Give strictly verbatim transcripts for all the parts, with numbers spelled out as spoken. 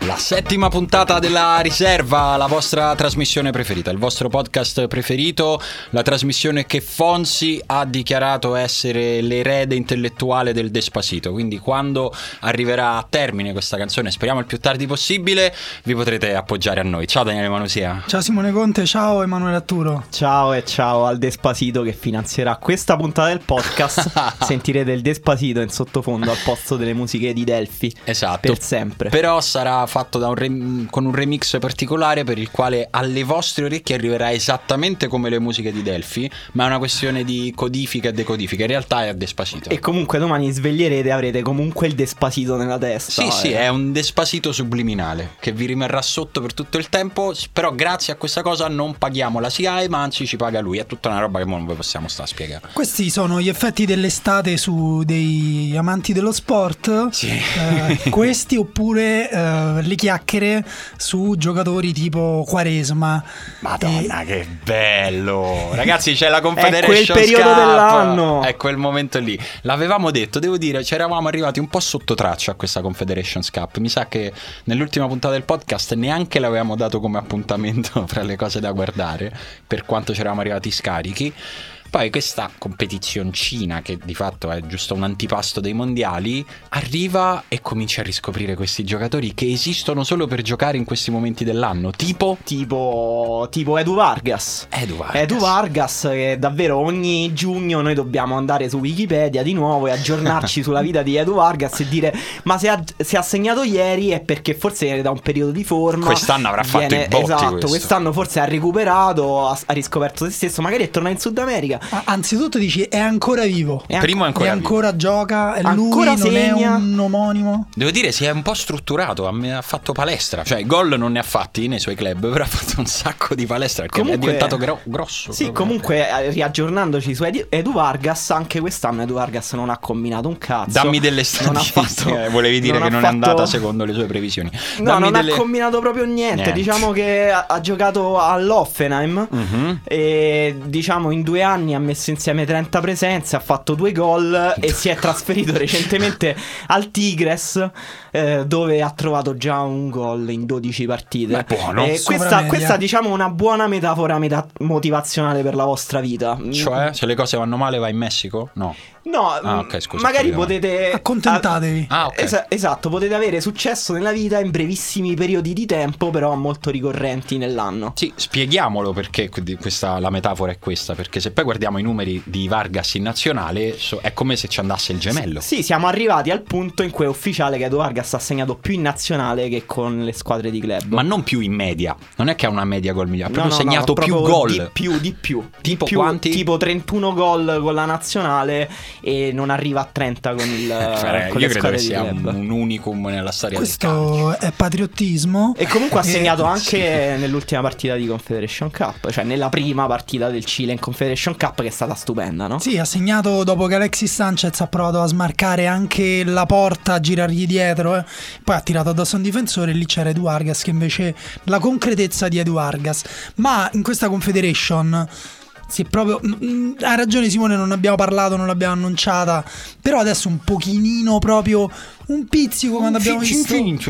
La settima puntata della Riserva, la vostra trasmissione preferita, il vostro podcast preferito, la trasmissione che Fonzi ha dichiarato essere l'erede intellettuale del Despacito. Quindi quando arriverà a termine questa canzone, speriamo il più tardi possibile, vi potrete appoggiare a noi. Ciao Daniele Manusia. Ciao Simone Conte, ciao Emanuele Atturo. Ciao e ciao al Despacito che finanzierà questa puntata del podcast. Sentirete il Despacito in sottofondo al posto delle musiche di Delphi. Esatto. Per sempre. Però sarà fatto da un rem- con un remix particolare per il quale alle vostre orecchie arriverà esattamente come le musiche di Delphi, ma è una questione di codifica e decodifica. In realtà è Despacito. E comunque domani sveglierete e avrete comunque il Despacito nella testa. Sì, eh. sì, è un Despacito subliminale che vi rimarrà sotto per tutto il tempo. Però grazie a questa cosa non paghiamo la S I A E, ma anzi ci paga lui. È tutta una roba che non vi possiamo stare a spiegare. Questi sono gli effetti dell'estate su dei amanti dello sport. Sì. eh, Questi oppure eh, le chiacchiere su giocatori tipo Quaresma. Madonna, e... che bello! Ragazzi, c'è la Confederation È quel periodo Cup. dell'anno. È quel momento lì. L'avevamo detto, devo dire, ci eravamo arrivati un po' sotto traccia a questa Confederation Cup. Mi sa che nell'ultima puntata del podcast neanche l'avevamo dato come appuntamento fra le cose da guardare, per quanto ci eravamo arrivati scarichi. Poi questa competizioncina, che di fatto è giusto un antipasto dei mondiali, arriva e comincia a riscoprire questi giocatori che esistono solo per giocare in questi momenti dell'anno. Tipo? Tipo, tipo Edu Vargas. Edu Vargas. Edu Vargas, che davvero ogni giugno noi dobbiamo andare su Wikipedia di nuovo e aggiornarci sulla vita di Edu Vargas e dire: ma se ha, se ha segnato ieri è perché forse viene da un periodo di forma. Quest'anno avrà fatto viene, i botti. Esatto, questo. quest'anno forse ha recuperato, ha, ha riscoperto se stesso, magari è tornato in Sud America. Ah, anzitutto dici è ancora vivo. È Primo è ancora, e ancora vivo. gioca. E Ancora lui non segna. è un omonimo. Devo dire, si è un po' strutturato. Ha, ha fatto palestra. Cioè, gol non ne ha fatti nei suoi club, però ha fatto un sacco di palestra perché Comunque, è diventato gro- grosso. Sì, proprio. comunque eh, riaggiornandoci su Edu, Edu Vargas, anche quest'anno Edu Vargas non ha combinato un cazzo. Dammi delle non ha statistiche. fatto, Volevi dire non che ha non fatto... è andata secondo le sue previsioni. No, Dammi non delle... ha combinato proprio niente. Niente. Diciamo che ha, ha giocato all'Hoffenheim uh-huh. e diciamo in due anni ha messo insieme trenta presenze, ha fatto due gol e si è trasferito recentemente al Tigres, eh, dove ha trovato già un gol in dodici partite. Beh, buono. E Sopra questa, media. questa diciamo una buona metafora meta- motivazionale per la vostra vita. Cioè, se le cose vanno male vai in Messico? No. No, Ah, ok, scusa, magari capito. potete Accontentatevi. Ah, ok. Esa- esatto, potete avere successo nella vita in brevissimi periodi di tempo, però molto ricorrenti nell'anno. Sì, spieghiamolo perché questa, la metafora è questa. Perché se poi guardiamo i numeri di Vargas in nazionale, so, è come se ci andasse il gemello. Sì, siamo arrivati al punto in cui è ufficiale che Edu Vargas ha segnato più in nazionale che con le squadre di club. Ma non più in media. Non è che ha una media gol migliore, ha No, proprio no, segnato no, più proprio gol. Di più, di più. Tipo di più, quanti? Tipo trentuno gol con la nazionale e non arriva a trenta con il Eh, con io le credo squadre che di sia un, club. un unicum nella storia del calcio. Questo è patriottismo. E comunque ha E- segnato anche nell'ultima partita di Confederation Cup, cioè nella prima partita del Cile in Confederation Cup, che è stata stupenda, no? Sì, ha segnato dopo che Alexis Sanchez ha provato a smarcare anche la porta, a girargli dietro, eh. Poi ha tirato addosso un difensore e lì c'era Edu Vargas che invece la concretezza di Edu Vargas. Ma in questa Confederation si è proprio, mm, ha ragione Simone, non abbiamo parlato, non l'abbiamo annunciata, però adesso un pochino proprio un pizzico quando abbiamo visto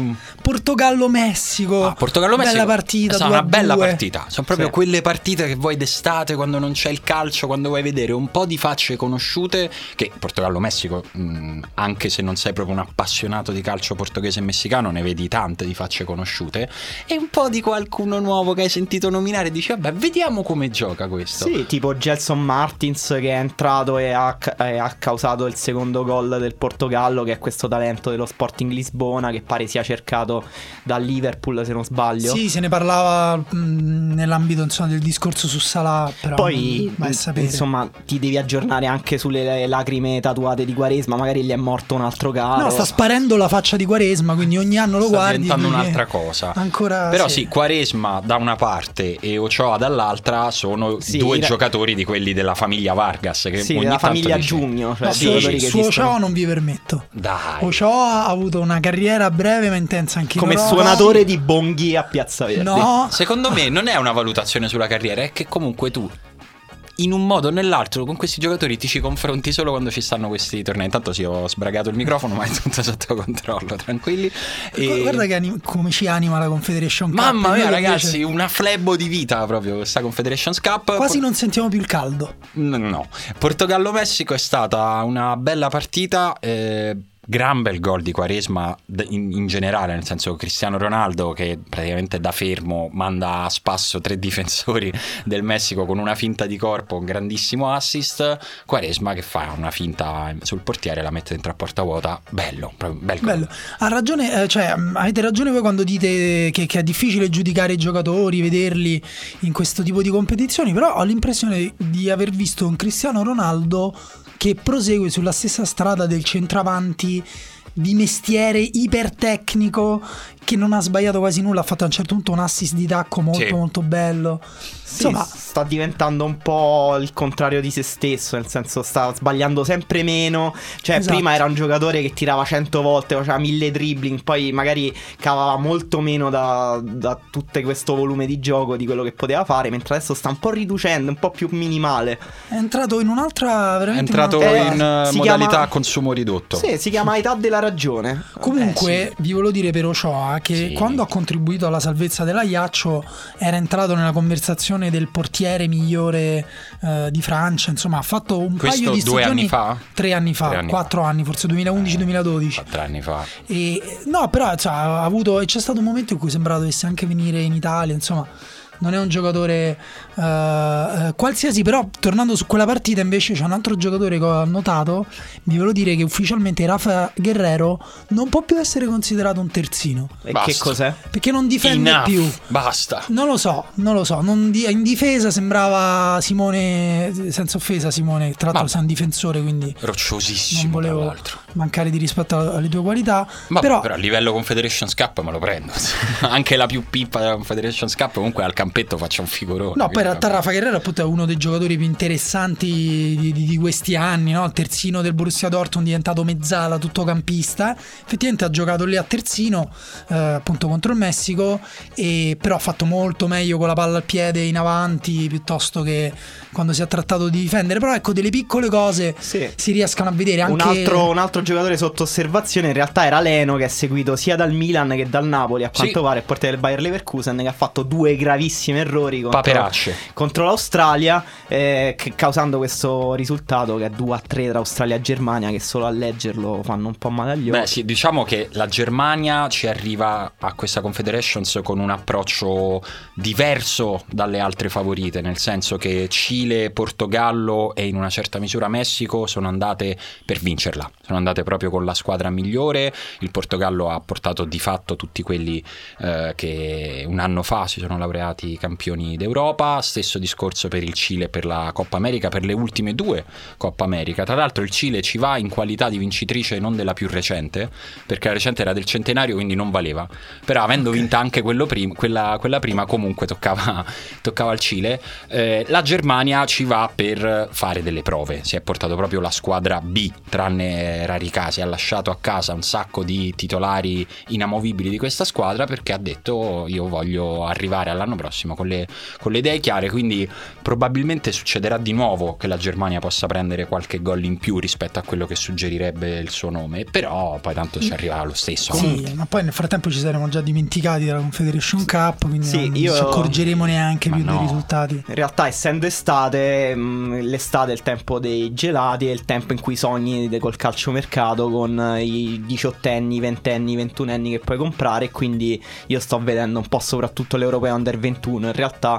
Portogallo-Messico. Ah, Portogallo-Messico, bella partita, è due a una bella due. partita. Sono proprio Sì. quelle partite che vuoi d'estate, quando non c'è il calcio, quando vuoi vedere un po' di facce conosciute. Che Portogallo-Messico, mh, anche se non sei proprio un appassionato di calcio portoghese e messicano, ne vedi tante di facce conosciute. E un po' di qualcuno nuovo che hai sentito nominare e dici vabbè, vediamo come gioca questo. Sì, tipo Gelson Martins che è entrato e ha, e ha causato il secondo gol del Portogallo, che è questo talento dello Sporting Lisbona che pare sia cercato da Liverpool, se non sbaglio. Sì, se ne parlava mh, nell'ambito insomma, del discorso su Salah, però Poi vai a sapere. insomma ti devi aggiornare anche sulle lacrime tatuate di Quaresma, magari gli è morto un altro caro. No, sta sparendo la faccia di Quaresma, quindi ogni anno lo Sta guardi. diventando quindi un'altra cosa. Ancora, Però sì, Quaresma da una parte e Ochoa dall'altra sono Sì, due era- giocatori di quelli della famiglia Vargas, che Sì, ogni della tanto famiglia dici, Giugno, cioè No, di sì, giocatori che su esistono. Ochoa non vi permetto. Dai. Ochoa ha avuto una carriera breve ma intensa anche in Come Europa. suonatore di bonghi a Piazza Verdi. No, Secondo me non è una valutazione sulla carriera, è che comunque tu in un modo o nell'altro con questi giocatori ti ci confronti solo quando ci stanno questi tornei. Intanto sì, ho sbragato il microfono, ma è tutto sotto controllo, tranquilli. E... guarda che anim- come ci anima la Confederation Cup. Mamma mia, ragazzi, invece... una flebo di vita proprio questa Confederations Cup. Quasi non sentiamo più il caldo. No, Portogallo-Messico è stata una bella partita. Eh, gran bel gol di Quaresma in, in generale, nel senso Cristiano Ronaldo che praticamente da fermo manda a spasso tre difensori del Messico con una finta di corpo, un grandissimo assist. Quaresma che fa una finta sul portiere, la mette dentro a porta vuota. Bello, bel gol. Bello. Ha ragione, eh, cioè avete ragione voi quando dite che, che è difficile giudicare i giocatori, vederli in questo tipo di competizioni, però ho l'impressione di aver visto un Cristiano Ronaldo che prosegue sulla stessa strada del centravanti di mestiere ipertecnico, che non ha sbagliato quasi nulla, ha fatto a un certo punto un assist di tacco molto sì. molto bello. Sì, insomma, sta diventando un po' il contrario di se stesso, nel senso sta sbagliando sempre meno. Cioè esatto. Prima era un giocatore che tirava cento volte, faceva mille dribbling, poi magari cavava molto meno da, da tutto questo volume di gioco di quello che poteva fare, mentre adesso sta un po' riducendo, un po' più minimale. È entrato in un'altra veramente È entrato in, in uh, modalità chiama... consumo ridotto. Sì, si chiama età della ragione. Comunque eh, sì. vi volevo dire per Ochoa che sì. quando ha contribuito alla salvezza dell'Ajaccio era entrato nella conversazione del portiere migliore uh, di Francia. Insomma, ha fatto un Questo paio di due stagioni, anni fa? tre anni fa, tre anni quattro fa. anni, forse duemilaundici duemiladodici. Tre anni fa. E, no, però cioè, ha avuto, c'è stato un momento in cui sembrava dovesse anche venire in Italia, insomma. Non è un giocatore uh, uh, qualsiasi, però tornando su quella partita invece c'è un altro giocatore che ho notato. Vi volevo dire che ufficialmente Rafa Guerrero non può più essere considerato un terzino. E basta. Che cos'è? Perché non difende Enough. più. Basta. Non lo so, non lo so. Non di- in difesa sembrava Simone, senza offesa Simone, tra l'altro sei un difensore, quindi rocciosissimo. Non volevo tra l'altro. mancare di rispetto alle tue qualità. Ma però... però a livello Confederations Cup me lo prendo. Anche la più pippa della Confederations Cup comunque al campetto faccia un figurone. No, poi in realtà Rafa Guerrero appunto è uno dei giocatori più interessanti di, di, di questi anni, no? Il terzino del Borussia Dortmund, diventato mezzala, tuttocampista. Effettivamente ha giocato lì a terzino eh, appunto contro il Messico, e però ha fatto molto meglio con la palla al piede in avanti piuttosto che quando si è trattato di difendere. Però ecco, delle piccole cose sì. si riescano a vedere anche... Un altro, un altro giocatore sotto osservazione in realtà era Leno, che è seguito sia dal Milan che dal Napoli a quanto sì. pare, il portiere del Bayer Leverkusen, che ha fatto due gravissimi errori contro, contro l'Australia, eh, che, causando questo risultato che è due a tre tra Australia e Germania, che solo a leggerlo fanno un po' male agli occhi. Beh sì, diciamo che la Germania ci arriva a questa Confederations con un approccio diverso dalle altre favorite, nel senso che Cile, Portogallo e in una certa misura Messico sono andate per vincerla, sono andate proprio con la squadra migliore. Il Portogallo ha portato di fatto tutti quelli eh, che un anno fa si sono laureati campioni d'Europa. Stesso discorso per il Cile e per la Coppa America, per le ultime due Coppa America. Tra l'altro il Cile ci va in qualità di vincitrice non della più recente, perché la recente era del centenario, quindi non valeva, però avendo okay. vinta anche quello prim- quella, quella prima comunque toccava, toccava al Cile. eh, la Germania ci va per fare delle prove, si è portato proprio la squadra B, tranne rari casi, ha lasciato a casa un sacco di titolari inamovibili di questa squadra, perché ha detto io voglio arrivare all'anno prossimo con le, con le idee chiare. Quindi probabilmente succederà di nuovo che la Germania possa prendere qualche gol in più rispetto a quello che suggerirebbe il suo nome, però poi tanto ci arriva lo stesso. Sì, ma poi nel frattempo ci saremo già dimenticati della Confederation Cup, quindi sì, non io... ci accorgeremo neanche ma più no. dei risultati. In realtà, essendo estate, mh, l'estate è il tempo dei gelati, è il tempo in cui sogni col calciomercato con i diciottenni, ventenni, ventunenni che puoi comprare, e quindi io sto vedendo un po' soprattutto l'Europeo Under ventuno in realtà,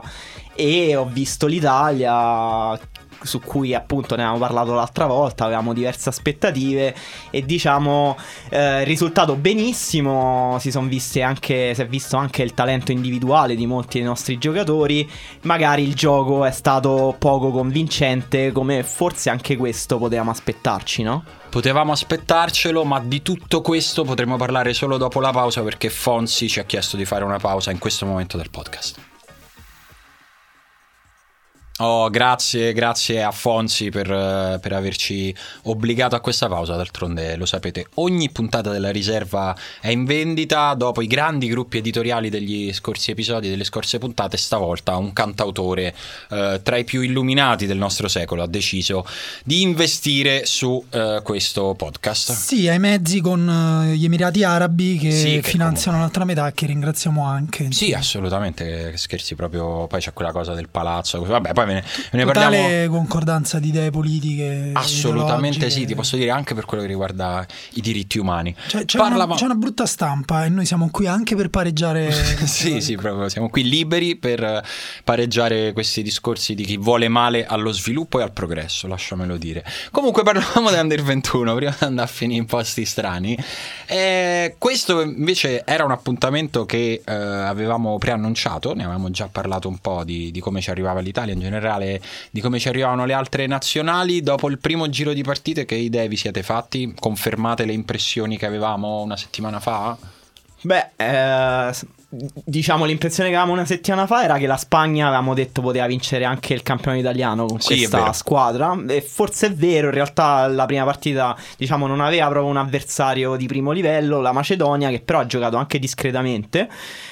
e ho visto l'Italia, su cui appunto ne avevamo parlato l'altra volta, avevamo diverse aspettative e diciamo eh, risultato benissimo. Si sono viste anche, si è visto anche il talento individuale di molti dei nostri giocatori. Magari il gioco è stato poco convincente, come forse anche questo potevamo aspettarci, no? Potevamo aspettarcelo, ma di tutto questo potremo parlare solo dopo la pausa, perché Fonzi ci ha chiesto di fare una pausa in questo momento del podcast. Oh, grazie, grazie a Fonzi per, per averci obbligato a questa pausa. D'altronde lo sapete, ogni puntata della riserva è in vendita. Dopo i grandi gruppi editoriali degli scorsi episodi, delle scorse puntate, stavolta un cantautore eh, tra i più illuminati del nostro secolo ha deciso di investire su eh, questo podcast. Sì, ai mezzi con uh, gli Emirati Arabi che, Sì, che finanziano comunque... l'altra metà, che ringraziamo anche. Sì, assolutamente, scherzi proprio. Poi c'è quella cosa del palazzo, vabbè, poi ve ne, ve ne Totale parliamo. concordanza di idee politiche. Assolutamente sì, ideologiche. ti posso dire anche per quello che riguarda i diritti umani. Cioè, c'è, Parlava... una, c'è una brutta stampa e noi siamo qui anche per pareggiare. Sì, sì, proprio siamo qui liberi per pareggiare questi discorsi di chi vuole male allo sviluppo e al progresso, lasciamelo dire. Comunque parlavamo di Under ventuno prima di andare a finire in posti strani. E questo invece era un appuntamento che eh, avevamo preannunciato, ne avevamo già parlato un po' di, di come ci arrivava l'Italia in generale, di come ci arrivavano le altre nazionali. Dopo il primo giro di partite, che idee vi siete fatti? Confermate le impressioni che avevamo una settimana fa? Beh, eh, diciamo l'impressione che avevamo una settimana fa era che la Spagna, avevamo detto, poteva vincere anche il campione italiano con Sì, questa squadra, e forse è vero, in realtà la prima partita, diciamo, non aveva proprio un avversario di primo livello, la Macedonia, che però ha giocato anche discretamente.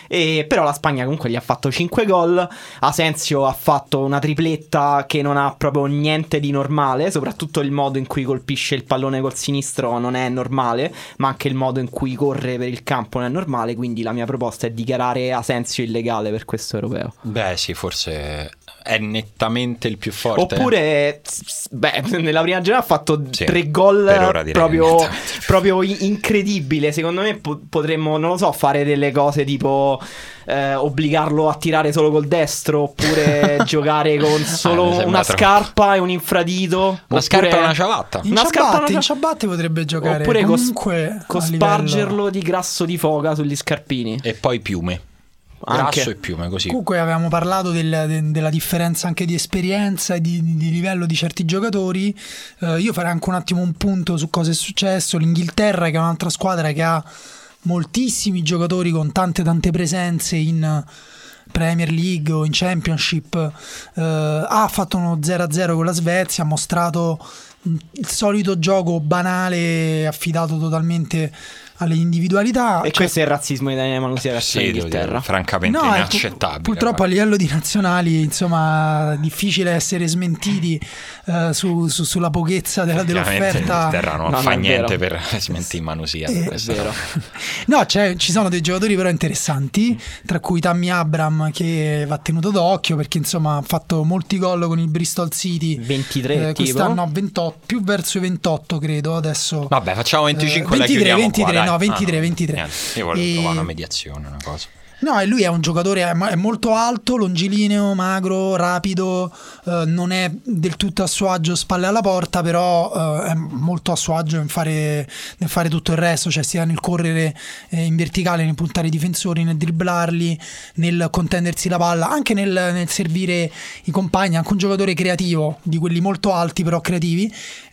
E però la Spagna comunque gli ha fatto cinque gol. Asensio ha fatto una tripletta che non ha proprio niente di normale, soprattutto il modo in cui colpisce il pallone col sinistro non è normale, ma anche il modo in cui corre per il campo non è normale. Quindi la mia proposta è dichiarare Asensio illegale per questo europeo. Beh sì, forse è nettamente il più forte. Oppure, beh, nella prima giornata ha fatto sì, tre gol proprio, proprio incredibile. Secondo me po- potremmo, non lo so, fare delle cose tipo eh, obbligarlo a tirare solo col destro, oppure giocare con solo ah, una troppo. scarpa e un infradito. Una oppure... scarpa e una ciabatta. In Una ciabatte, scarpa, una... in ciabatte potrebbe giocare. Oppure comunque cos- a cospargerlo livello... di grasso di foca sugli scarpini. E poi piume. Anche. Grasso e piume, così. Comunque avevamo parlato del, de, della differenza anche di esperienza e di, di livello di certi giocatori. Uh, io farei anche un attimo un punto su cosa è successo. L'Inghilterra, che è un'altra squadra che ha moltissimi giocatori con tante tante presenze in Premier League o in Championship, uh, ha fatto uno zero a zero con la Svezia, ha mostrato il solito gioco banale affidato totalmente alle individualità. E cioè, questo è il razzismo di Daniele Manusia verso sì, l'Inghilterra. Francamente no, inaccettabile. Pu- purtroppo a livello di nazionali, insomma, difficile essere smentiti uh, su, su, sulla pochezza della, dell'offerta. L'Inghilterra non, non fa niente per smentire Manusia. Eh, è vero. No, cioè, ci sono dei giocatori però interessanti, tra cui Tammy Abraham, che va tenuto d'occhio perché insomma ha fatto molti gol con il Bristol City. ventitré eh, quest'anno no, ventotto, più verso i ventotto credo adesso. Vabbè, facciamo venticinque, eh, ventitré, la ventitré, qua, no, ventitré, ah, no, ventitré. Niente. Io volevo e... trovare una mediazione, una cosa. No, e lui è un giocatore, è molto alto, longilineo, magro, rapido, eh, non è del tutto a suo agio spalle alla porta, però eh, è molto a suo agio nel fare, nel fare tutto il resto, cioè sia nel correre eh, in verticale, nel puntare i difensori, nel dribblarli, nel contendersi la palla, anche nel, nel servire i compagni, anche un giocatore creativo, di quelli molto alti però creativi.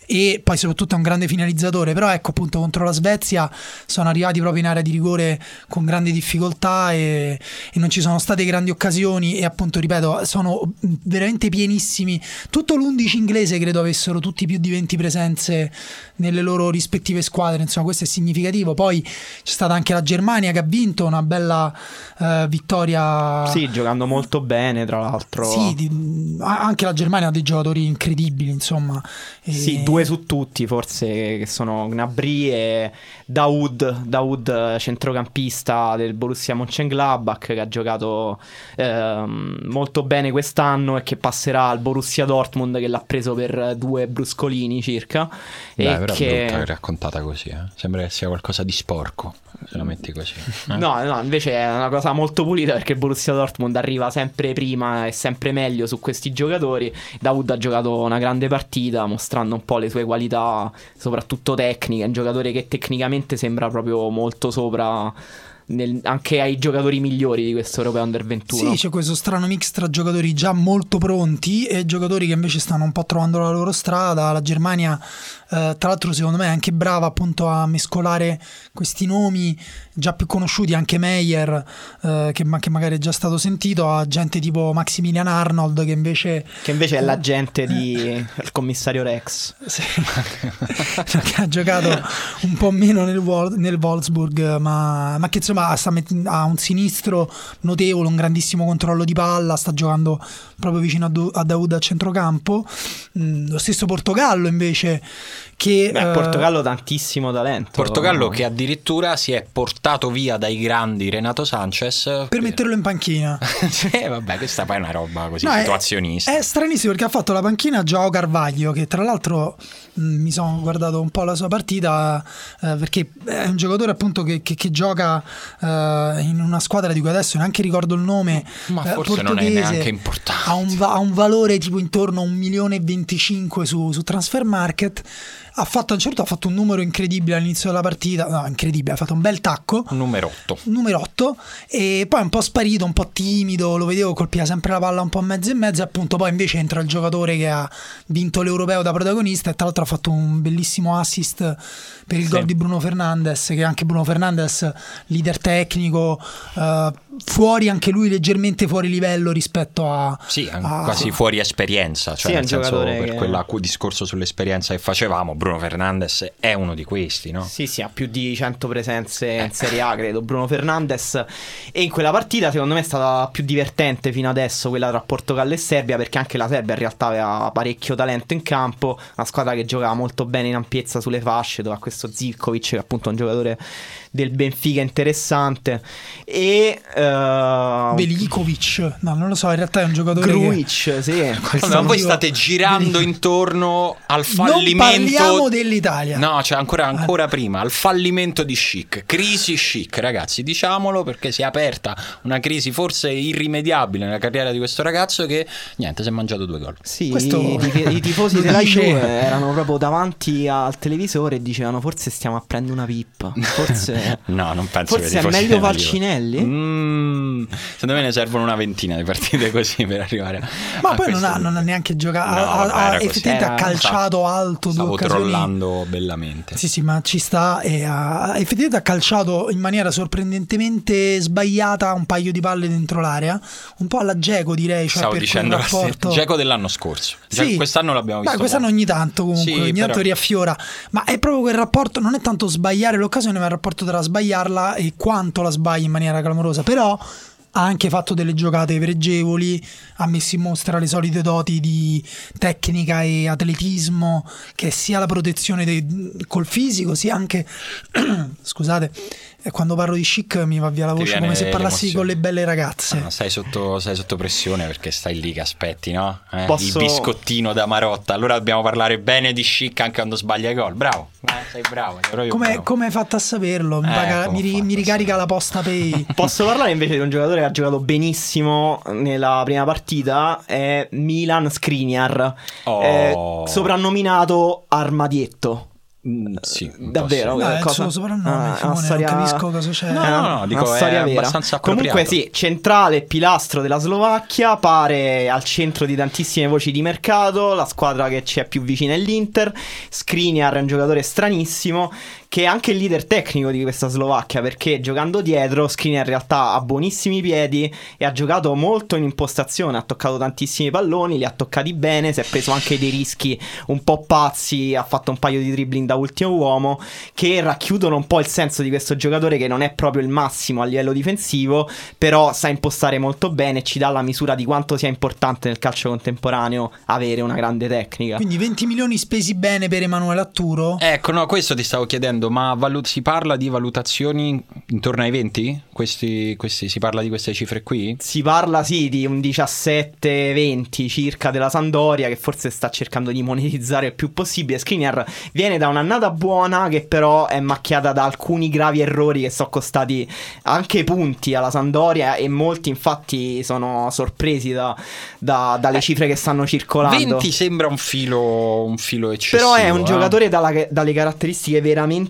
E poi soprattutto è un grande finalizzatore. Però ecco, appunto, contro la Svezia sono arrivati proprio in area di rigore con grandi difficoltà e, e non ci sono state grandi occasioni. E appunto, ripeto, sono veramente pienissimi. Tutto l'undici inglese credo avessero tutti più di venti presenze nelle loro rispettive squadre. Insomma, questo è significativo. Poi c'è stata anche la Germania che ha vinto una bella uh, vittoria. Sì, giocando molto bene, tra l'altro. Sì, di, anche la Germania ha dei giocatori incredibili, insomma. E... Sì, due su tutti forse, che sono Gnabry e Daoud, Daoud centrocampista del Borussia Mönchengladbach, che ha giocato ehm, molto bene quest'anno e che passerà al Borussia Dortmund, che l'ha preso per due bruscolini circa. Beh, e però che... è brutta raccontata così, eh? Sembra che sia qualcosa di sporco se la metti così, eh? No, no, invece è una cosa molto pulita, perché il Borussia Dortmund arriva sempre prima e sempre meglio su questi giocatori. Daoud ha giocato una grande partita, mostrando un po' le sue qualità, soprattutto tecniche. È un giocatore che tecnicamente sembra proprio molto sopra nel, anche ai giocatori migliori di questo europeo under ventuno. Sì, c'è questo strano mix tra giocatori già molto pronti e giocatori che invece stanno un po' trovando la loro strada. La Germania eh, tra l'altro secondo me è anche brava appunto a mescolare questi nomi già più conosciuti, anche Meyer eh, che, che magari è già stato sentito, a gente tipo Maximilian Arnold che invece che invece è eh, l'agente di il commissario Rex, sì, che ha giocato un po' meno nel, Wol- nel Wolfsburg, ma, ma che insomma sta met- ha un sinistro notevole, un grandissimo controllo di palla, sta giocando proprio vicino a, du- a Daoud a centrocampo. Mm, lo stesso Portogallo invece che Beh, eh, Portogallo tantissimo talento. Portogallo che addirittura si è portato via dai grandi Renato Sanchez per metterlo in panchina. Sì, vabbè, questa poi è una roba così No, è- situazionista. È, stranissimo perché ha fatto la panchina Joao Carvalho, che tra l'altro mh, mi sono guardato un po' la sua partita eh, perché è un giocatore appunto che, che, che gioca eh, in una squadra di cui adesso neanche ricordo il nome, Ma eh, forse non è portoghese, neanche importante. ha un, va- ha un valore tipo intorno a un milione e venticinque su, su Transfer Market. Ha fatto a un certo ha fatto un numero incredibile all'inizio della partita, no, incredibile, ha fatto un bel tacco, Numero otto. numero otto, e poi è un po' sparito, un po' timido, lo vedevo colpiva sempre la palla un po' mezzo e mezzo, e appunto poi invece entra il giocatore che ha vinto l'Europeo da protagonista e tra l'altro ha fatto un bellissimo assist per il Sì. gol di Bruno Fernandes, che anche Bruno Fernandes, leader tecnico, eh, fuori anche lui leggermente fuori livello rispetto a... Sì, an- a- quasi fuori esperienza, cioè Sì, è nel un senso giocatore per che- quel discorso sull'esperienza che facevamo, Bruno Fernandes è uno di questi, no? Sì, sì, ha più di cento presenze in Serie A, credo, Bruno Fernandes. E in quella partita, secondo me, è stata più divertente fino adesso quella tra Portogallo e Serbia, perché anche la Serbia in realtà aveva parecchio talento in campo. Una squadra che giocava molto bene in ampiezza sulle fasce, dove ha questo Zivkovic, che è appunto un giocatore del Benfica interessante. E uh, Velikovic, no, non lo so, in realtà è un giocatore che... Grujic, sì. Allora, voi state girando intorno al Non fallimento. parliamo dell'Italia. No, cioè ancora, ancora prima, al fallimento di Schick. Crisi Schick, ragazzi, diciamolo, perché si è aperta una crisi forse irrimediabile nella carriera di questo ragazzo che, niente, si è mangiato due gol. Sì, Questo i, i- i tifosi lo della dice- Juve erano proprio davanti al televisore e dicevano forse stiamo a prendere una pippa, forse, No, non penso forse che i è tifosi meglio della Falcinelli. Juve- Mm, secondo me ne servono una ventina di partite così per arrivare Ma a poi non questo ha, non ha neanche giocato, No, ha, vabbè, ha- era così. effettivamente ha Era- calciato alto due Stavo occasioni. trollando bellamente. Sì, sì, ma ci sta e ha, effettivamente ha calciato in maniera sorprendentemente sbagliata un paio di palle dentro l'area, un po' alla Dzeko direi, cioè Stavo per dicendo quel rapporto... Dzeko dell'anno scorso. Già Sì. quest'anno l'abbiamo visto. Beh, quest'anno poco. ogni tanto comunque, Sì, ogni tanto però- riaffiora, ma è proprio quel rapporto, non è tanto sbagliare l'occasione, ma è il rapporto tra sbagliarla e quanto la sbagli in maniera clamorosa, però ha anche fatto delle giocate pregevoli, ha messo in mostra le solite doti di tecnica e atletismo, che sia la protezione dei- col fisico, sia anche scusate, e quando parlo di Schick mi va via la Ti voce viene come se parlassi l'emozione. con le belle ragazze. Ah, stai, sotto, stai sotto pressione perché stai lì che aspetti, no? Eh, Posso- Il biscottino da Marotta. Allora dobbiamo parlare bene di Schick anche quando sbaglia i gol. Bravo, eh, sei bravo. sei proprio Come, bravo. come hai fatto a saperlo? Mi, Eh, paga- come mi ho ri- fatto mi a ricarica saperlo? la posta pay. Posso parlare invece di un giocatore che ha giocato benissimo nella prima partita, è Milan Skriniar, Oh. eh, soprannominato Armadietto. Mm, sì, un po' Davvero? sì. No, è il cosa- suo soprannome, Ah, Simone, una storia... non capisco cosa c'è. No, Eh, no, no, dico, una è storia vera. abbastanza Comunque appropriato. sì, centrale, pilastro della Slovacchia, pare al centro di tantissime voci di mercato, la squadra che ci è più vicina è l'Inter. Skriniar è un giocatore stranissimo, che è anche il leader tecnico di questa Slovacchia, perché giocando dietro Skriniar in realtà ha buonissimi piedi e ha giocato molto in impostazione, ha toccato tantissimi palloni, li ha toccati bene, si è preso anche dei rischi un po' pazzi, ha fatto un paio di dribbling da ultimo uomo che racchiudono un po' il senso di questo giocatore, che non è proprio il massimo a livello difensivo, però sa impostare molto bene e ci dà la misura di quanto sia importante nel calcio contemporaneo avere una grande tecnica. Quindi venti milioni spesi bene per Emanuele Atturo. Ecco, no, questo ti stavo chiedendo, ma valu- si parla di valutazioni intorno ai venti? Questi, questi, si parla di queste cifre qui? Si parla sì di un diciassette venti circa della Sampdoria, che forse sta cercando di monetizzare il più possibile. Skriniar viene da un'annata buona, che però è macchiata da alcuni gravi errori che sono costati anche punti alla Sampdoria, e molti infatti sono sorpresi da, da- dalle cifre che stanno circolando. venti sembra un filo, un filo eccessivo. Però è un eh? giocatore dalla- dalle caratteristiche veramente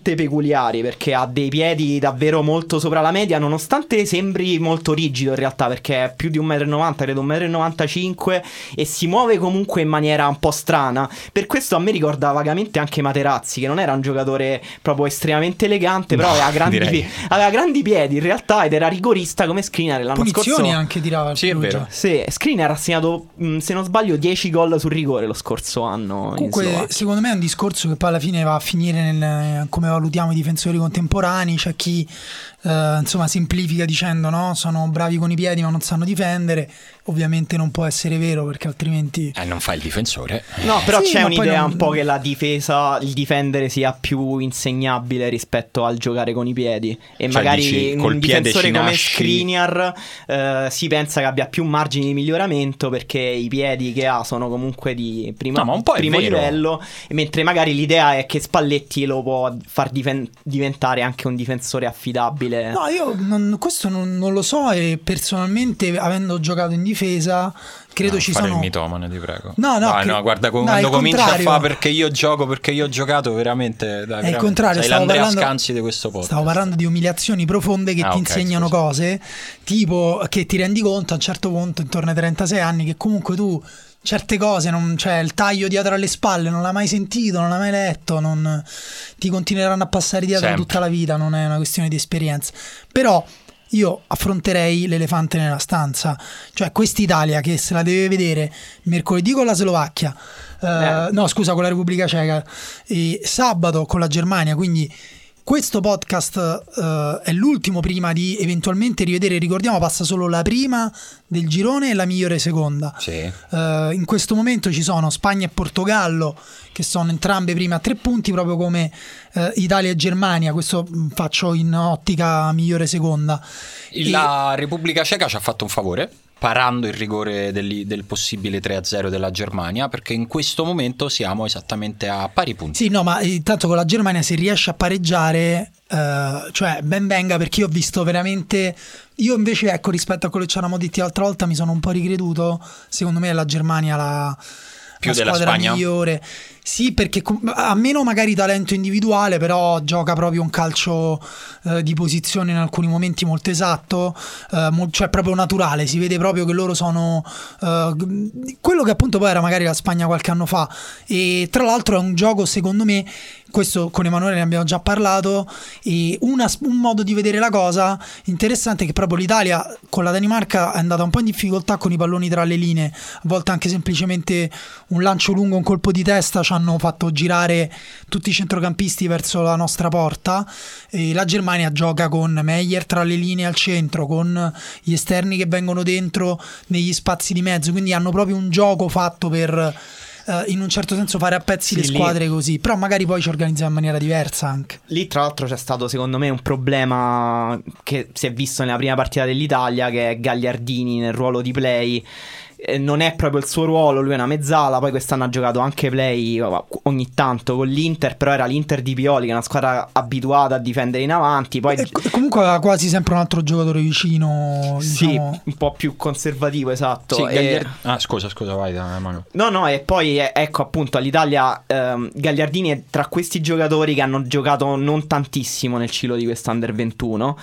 veramente peculiari, perché ha dei piedi davvero molto sopra la media, nonostante sembri molto rigido in realtà, perché è più di un metro e novanta, credo un metro e novantacinque, e si muove comunque in maniera un po' strana. Per questo a me ricorda vagamente anche Materazzi, che non era un giocatore proprio estremamente elegante, però no, aveva, grandi direi. pie- aveva grandi piedi in realtà, ed era rigorista come Skriniar. L'anno Punizioni scorso anche tirava. Sì, è vero. Sì, Skriniar ha segnato, mh, se non sbaglio, dieci gol sul rigore lo scorso anno. Comunque, secondo me è un discorso che poi alla fine va a finire nel come valutiamo i difensori contemporanei. C'è chi eh, insomma semplifica dicendo no, sono bravi con i piedi ma non sanno difendere. Ovviamente non può essere vero, perché altrimenti Eh, non fa il difensore. No, però Sì, c'è ma poi un'idea non- un po' che la difesa, il difendere sia più insegnabile rispetto al giocare con i piedi. E Cioè, magari dici, col un piede difensore ci come nasci- Skriniar eh, si pensa che abbia più margini di miglioramento, perché i piedi che ha sono comunque di prima, No, ma un po' è primo vero. livello, mentre magari l'idea è che Spalletti lo può far difen- diventare anche un difensore affidabile. no, io non- questo non, non lo so, e personalmente, avendo giocato in difesa, credo No, ci fare sono il mitomane, ti prego. No, no, Dai, che- no, guarda, no, quando il cominci a contrario. fare perché io gioco, perché io ho giocato, veramente, dai, È il veramente. contrario, Sei stavo l'Andrea parlando, Scanzi di questo podcast. stavo parlando di umiliazioni profonde che Ah, ti ok, insegnano scusa. cose, tipo che ti rendi conto a un certo punto, intorno ai trentasei anni, che comunque tu certe cose, non, cioè il taglio dietro alle spalle non l'hai mai sentito, non l'hai mai letto, non, ti continueranno a passare dietro Sempre. tutta la vita, non è una questione di esperienza. Però io affronterei l'elefante nella stanza, cioè quest'Italia che se la deve vedere mercoledì con la Slovacchia, eh, Eh. no scusa con la Repubblica Ceca, e sabato con la Germania, quindi questo podcast eh, è l'ultimo prima di eventualmente rivedere, ricordiamo passa solo la prima del girone e la migliore seconda. Sì. Eh, in questo momento ci sono Spagna e Portogallo, che sono entrambe prime a tre punti, proprio come eh, Italia e Germania. Questo mh, faccio in ottica migliore seconda. E- La Repubblica Ceca ci ha fatto un favore, parando il rigore del, del possibile tre a zero della Germania, perché in questo momento siamo esattamente a pari punti. Sì, no, ma intanto con la Germania se riesce a pareggiare, eh, cioè ben venga, perché io ho visto veramente, io invece ecco, rispetto a quello che ci eravamo detti l'altra volta, mi sono un po' ricreduto. Secondo me è la Germania la, Più la della squadra Spagna? migliore. Sì, perché com- ha meno magari talento individuale, però gioca proprio un calcio eh, di posizione in alcuni momenti molto esatto, eh, mo- cioè proprio naturale. Si vede proprio che loro sono eh, quello che appunto poi era magari la Spagna qualche anno fa. E tra l'altro è un gioco, secondo me, questo con Emanuele ne abbiamo già parlato, e una- un modo di vedere la cosa interessante è che proprio l'Italia con la Danimarca è andata un po' in difficoltà con i palloni tra le linee, a volte anche semplicemente un lancio lungo, un colpo di testa ci hanno fatto girare tutti i centrocampisti verso la nostra porta. E la Germania gioca con Meyer tra le linee al centro, con gli esterni che vengono dentro negli spazi di mezzo, quindi hanno proprio un gioco fatto per Uh, in un certo senso fare a pezzi Sì, le lì- squadre così, però magari poi ci organizziamo in maniera diversa anche. Lì tra l'altro c'è stato secondo me un problema che si è visto nella prima partita dell'Italia, che è Gagliardini nel ruolo di play. Eh, Non è proprio il suo ruolo, lui è una mezzala, poi quest'anno ha giocato anche play ogni tanto con l'Inter, però era l'Inter di Pioli, che è una squadra abituata a difendere in avanti, poi E co- comunque aveva quasi sempre un altro giocatore vicino, sì, diciamo. un po' più conservativo, esatto. Sì, E- Gagliard- Ah, scusa, scusa, vai, dai, Manu. No, no, e poi eh, ecco appunto all'Italia ehm, Gagliardini è tra questi giocatori che hanno giocato non tantissimo nel ciclo di quest'Under ventuno.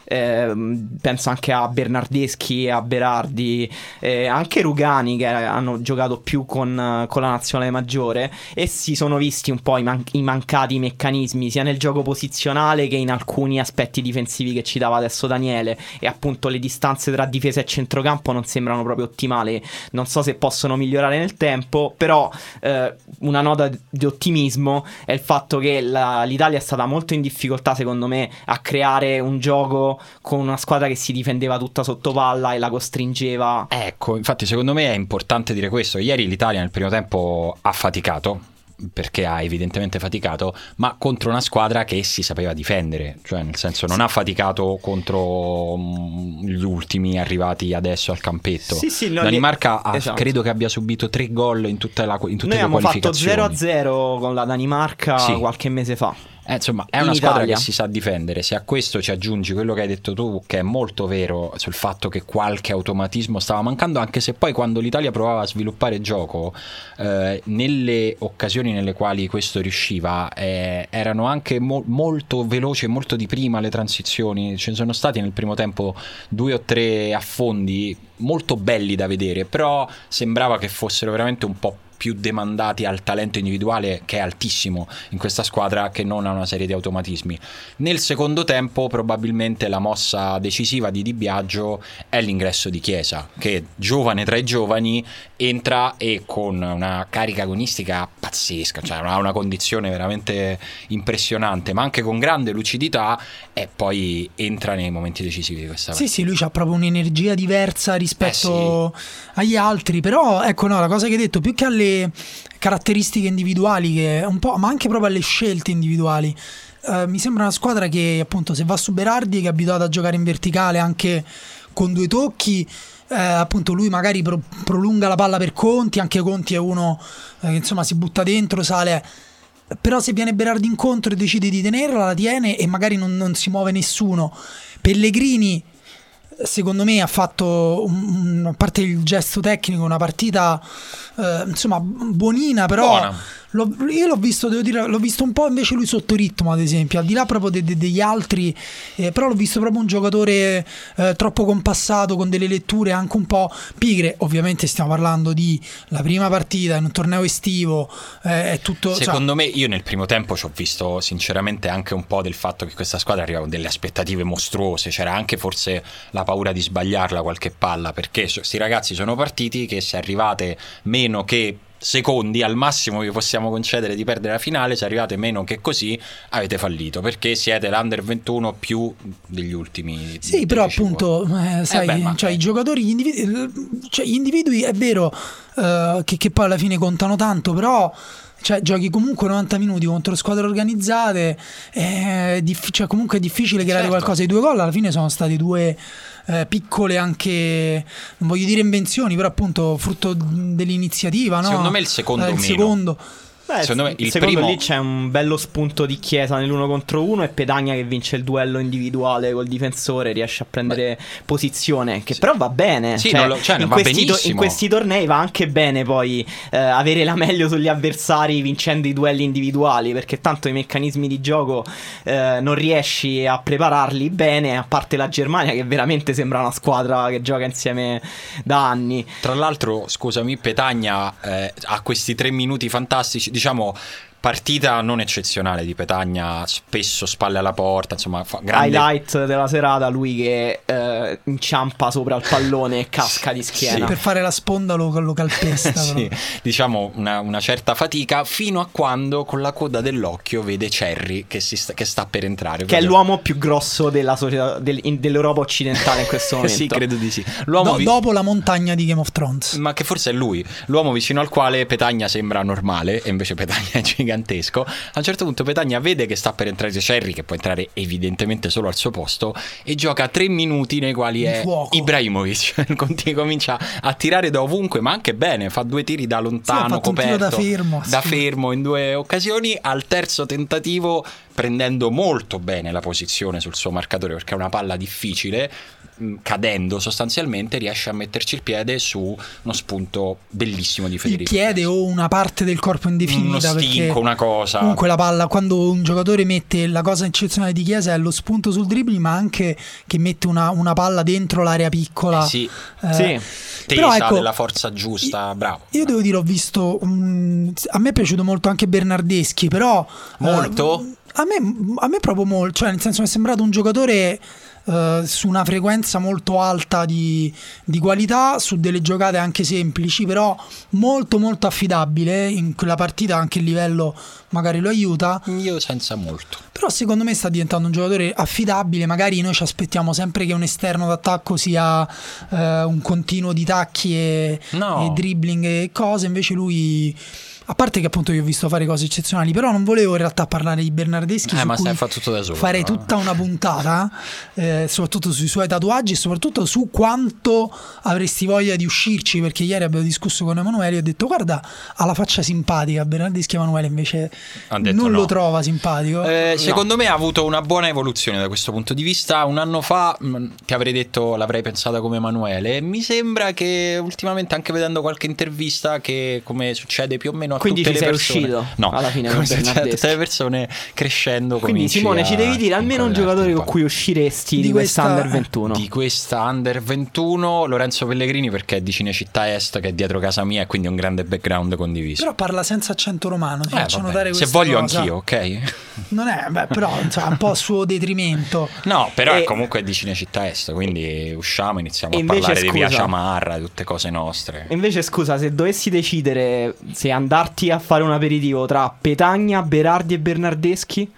Ehm, penso anche a Bernardeschi, a Berardi, eh, anche Rugani, che hanno giocato più con, con la nazionale maggiore, e si sono visti un po' i, man- i mancati meccanismi sia nel gioco posizionale che in alcuni aspetti difensivi che citava adesso Daniele, e appunto le distanze tra difesa e centrocampo non sembrano proprio ottimali. Non so se possono migliorare nel tempo, però eh, una nota di ottimismo è il fatto che la- l'Italia è stata molto in difficoltà secondo me a creare un gioco con una squadra che si difendeva tutta sotto palla e la costringeva. Ecco, infatti secondo me è importante dire questo. Ieri l'Italia nel primo tempo ha faticato, perché ha evidentemente faticato, ma contro una squadra che si sapeva difendere, cioè nel senso non ha faticato contro mm, gli ultimi arrivati adesso al campetto. Sì, sì, no, Danimarca li- ha- esatto. credo che abbia subito tre gol in, tutta la, in tutte Noi le abbiamo fatto qualificazioni. zero a zero con la Danimarca Sì. qualche mese fa. Eh, insomma, è in una squadra Italia. che si sa difendere. Se a questo ci aggiungi quello che hai detto tu, che è molto vero sul fatto che qualche automatismo stava mancando, anche se poi quando l'Italia provava a sviluppare gioco, eh, nelle occasioni nelle quali questo riusciva, eh, erano anche mo- molto veloci e molto di prima le transizioni. Ce ne sono stati nel primo tempo due o tre affondi molto belli da vedere, però sembrava che fossero veramente un po' più demandati al talento individuale, che è altissimo in questa squadra, che non a una serie di automatismi. Nel secondo tempo probabilmente la mossa decisiva di Di Biagio è l'ingresso di Chiesa, che giovane tra i giovani entra e con una carica agonistica pazzesca, cioè ha una condizione veramente impressionante, ma anche con grande lucidità, e poi entra nei momenti decisivi di questa partita. Sì, sì, lui ha proprio un'energia diversa rispetto eh sì. agli altri, però ecco, no, la cosa che hai detto, più che alle caratteristiche individuali, che un po', ma anche proprio alle scelte individuali, uh, mi sembra una squadra che appunto, se va su Berardi, che è abituato a giocare in verticale anche con due tocchi, eh, appunto lui magari pro- prolunga la palla per Conti, anche Conti è uno eh, che insomma si butta dentro, sale, però se viene Berardi incontro e decide di tenerla, la tiene e magari non, non si muove nessuno. Pellegrini secondo me ha fatto un, un, a parte il gesto tecnico, una partita eh, insomma buonina, però Buona. L'ho, io l'ho visto, devo dire, l'ho visto un po' invece lui sotto ritmo, ad esempio, al di là proprio de, de, degli altri, eh, però l'ho visto proprio un giocatore eh, troppo compassato, con delle letture anche un po' pigre. Ovviamente stiamo parlando di la prima partita in un torneo estivo, eh, è tutto, secondo cioè... me io nel primo tempo ci ho visto sinceramente anche un po' del fatto che questa squadra arriva con delle aspettative mostruose, c'era anche forse la paura di sbagliarla qualche palla, perché sti ragazzi sono partiti che, se arrivate meno che secondi, al massimo vi possiamo concedere di perdere la finale, se arrivate meno che così avete fallito, perché siete l'Under ventuno più degli ultimi. Sì, però appunto eh, sai, eh beh, cioè, i giocatori, gli individui, cioè, gli individui è vero uh, che, che poi alla fine contano tanto, però cioè, giochi comunque novanta minuti contro squadre organizzate, è diff- cioè, comunque è difficile creare certo. qualcosa. I due gol alla fine sono stati due eh, piccole, anche non voglio dire invenzioni, però appunto frutto dell'iniziativa, no? Secondo me il secondo eh, il meno. secondo Beh, secondo me il secondo primo... lì c'è un bello spunto di Chiesa nell'uno contro uno, e Petagna che vince il duello individuale col difensore, riesce a prendere Beh. posizione, che sì. però va bene, sì, cioè, non lo, cioè, in, va questi to- in questi tornei va anche bene poi eh, avere la meglio sugli avversari vincendo i duelli individuali, perché tanto i meccanismi di gioco eh, non riesci a prepararli bene, a parte la Germania che veramente sembra una squadra che gioca insieme da anni. Tra l'altro, scusami, Petagna eh, ha questi tre minuti fantastici, diciamo partita non eccezionale di Petagna, spesso spalle alla porta, insomma fa grande... highlight della serata, lui che eh, inciampa sopra il pallone e casca di schiena, sì, per fare la sponda lo, lo calpesta. Sì, diciamo una, una certa fatica, fino a quando con la coda dell'occhio vede Cerri che, si sta, che sta per entrare, che proprio. È l'uomo più grosso della società, del, in, dell'Europa occidentale in questo momento. Sì, credo di sì. L'uomo Do, vi... dopo la montagna di Game of Thrones, ma che forse è lui, l'uomo vicino al quale Petagna sembra normale e invece Petagna è gigantesco. A un certo punto Petagna vede che sta per entrare Cerri, che può entrare evidentemente solo al suo posto, e gioca tre minuti nei quali è fuoco. Ibrahimovic. Comincia a tirare da ovunque, ma anche bene, fa due tiri da lontano, sì, coperto, da fermo, da sì. fermo in due occasioni. Al terzo tentativo, prendendo molto bene la posizione sul suo marcatore, perché è una palla difficile, cadendo sostanzialmente riesce a metterci il piede su uno spunto bellissimo di Federico. Il piede o una parte del corpo indefinita, uno stinco, una cosa. Comunque la palla, quando un giocatore mette, la cosa eccezionale di Chiesa è lo spunto sul dribbling, ma anche che mette una, una palla dentro l'area piccola. Eh sì, eh, sì. Tesa, però ecco, della forza giusta, bravo. Io devo dire, ho visto um, a me è piaciuto molto anche Bernardeschi, però molto? Uh, a me, a me proprio molto, cioè nel senso mi è sembrato un giocatore Uh, su una frequenza molto alta di, di qualità, su delle giocate anche semplici, però molto molto affidabile. In quella partita anche il livello magari lo aiuta, io senza molto, però secondo me sta diventando un giocatore affidabile. Magari noi ci aspettiamo sempre che un esterno d'attacco sia uh, un continuo di tacchi e, no. e dribbling e cose, invece lui a parte che appunto io ho visto fare cose eccezionali, però non volevo in realtà parlare di Bernardeschi, Eh, su ma cui stai a fare tutto da solo, farei no? tutta una puntata, eh, soprattutto sui suoi tatuaggi e soprattutto su quanto avresti voglia di uscirci, perché ieri abbiamo discusso con Emanuele e ho detto guarda, ha la faccia simpatica Bernardeschi, Emanuele invece Ha detto non no. lo trova simpatico. Eh, No. secondo me ha avuto una buona evoluzione da questo punto di vista. Un anno fa mh, ti avrei detto, l'avrei pensata come Emanuele. Mi sembra che ultimamente, anche vedendo qualche intervista, che come succede più o meno a Quindi tutte ci le sei persone, uscito no, alla fine come con succede a Bernardeschi. tutte le persone crescendo. Quindi cominci Simone a ci devi dire almeno un giocatore con inquadrarti cui usciresti Di di, questa questa- Under ventuno. di questa Under ventuno. Lorenzo Pellegrini, perché è di Cinecittà Est, che è dietro casa mia, e quindi è un grande background condiviso. Però parla senza accento romano, ti Eh, faccio vabbè, notare se questa voglio cosa. anch'io, ok? Non è, beh, però insomma, un po' a suo detrimento. No, però E- è comunque di Cinecittà Est, quindi usciamo, iniziamo E a invece, parlare di Via scusa- Ciamarra, di tutte cose nostre. E invece scusa, se dovessi decidere se andarti a fare un aperitivo tra Petagna, Berardi e Bernardeschi,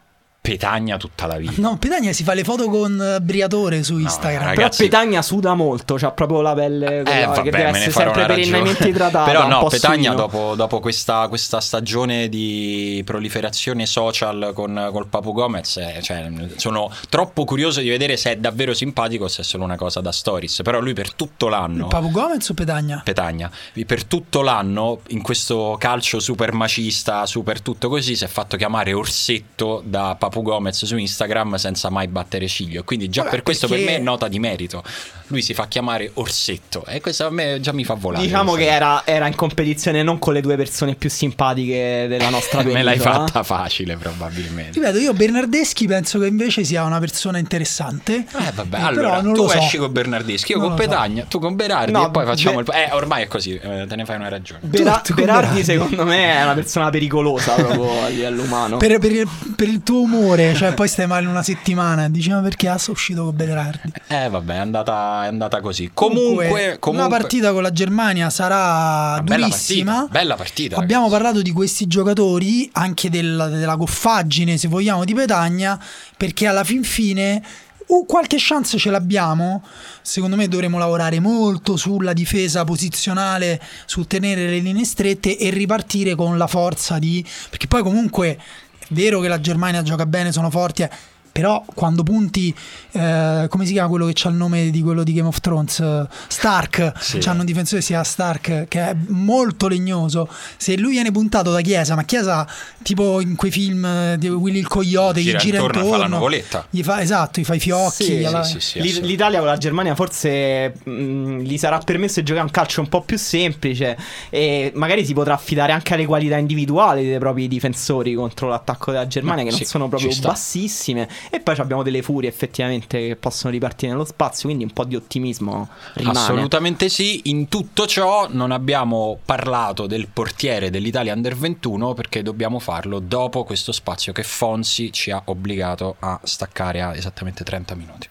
Petagna tutta la vita. No, Petagna si fa le foto con eh, Briatore su Instagram. ragazzi- però Petagna suda molto, c'ha proprio la pelle quella Eh, vabbè, che deve me ne essere farò sempre una ragione. perennemente idratata. Però un no, po' Petagna suino. dopo, dopo questa, questa stagione di proliferazione social con col Papu Gomez, eh, cioè, sono troppo curioso di vedere se è davvero simpatico o se è solo una cosa da stories. Però lui per tutto l'anno, Papu Gomez o Petagna? Petagna, per tutto l'anno in questo calcio super macista, super tutto così, si è fatto chiamare Orsetto da Papu Gomez su Instagram senza mai battere ciglio. Quindi già Vabbè, per questo perché- per me è nota di merito. Lui si fa chiamare Orsetto e questo a me già mi fa volare. Diciamo che questa era, era in competizione non con le due persone più simpatiche della nostra cosa. Me l'hai penisola. fatta facile probabilmente. Ripeto, io Bernardeschi penso che invece sia una persona interessante. Eh vabbè, Eh, allora però non tu lo so. esci con Bernardeschi, io Non con lo so. Petagna, tu con Berardi No, e poi facciamo Be- il... Eh, ormai è così, eh, te ne fai una ragione. Bera- Tutto con Berardi Berardi. secondo me è una persona pericolosa proprio a livello umano. Per, per il, per il tuo umore, cioè poi stai male una settimana. Diciamo perché ha uscito con Berardi. Eh vabbè, è andata, è andata così. Comunque, comunque una partita con la Germania sarà Una bella durissima. partita, bella partita, Abbiamo ragazzi. parlato di questi giocatori, anche della, della goffaggine, se vogliamo, di Petagna, perché alla fin fine uh, qualche chance ce l'abbiamo. Secondo me dovremo lavorare molto sulla difesa posizionale, sul tenere le linee strette e ripartire con la forza di... Perché poi comunque è vero che la Germania gioca bene, sono forti, eh, però quando punti, eh, come si chiama quello che c'ha il nome di quello di Game of Thrones? Eh, Stark, Sì. c'hanno un difensore che si chiama Stark, che è molto legnoso. Se lui viene puntato da Chiesa, ma Chiesa tipo in quei film eh, di Willy il Coyote, Gira gli gira intorno e intorno, fa la nuvoletta. gli fa, esatto, gli fa i fiocchi. Sì, gli fa- sì, sì, L'I- assolutamente. L'Italia con la Germania forse mh, gli sarà permesso di giocare un calcio un po' più semplice e magari si potrà affidare anche alle qualità individuali dei propri difensori contro l'attacco della Germania, Ma che sì, non sono proprio ci sta. bassissime, e poi abbiamo delle furie effettivamente che possono ripartire nello spazio, quindi un po' di ottimismo rimane. Assolutamente sì. In tutto ciò non abbiamo parlato del portiere dell'Italia Under ventuno, perché dobbiamo farlo dopo questo spazio che Fonsi ci ha obbligato a staccare a esattamente trenta minuti.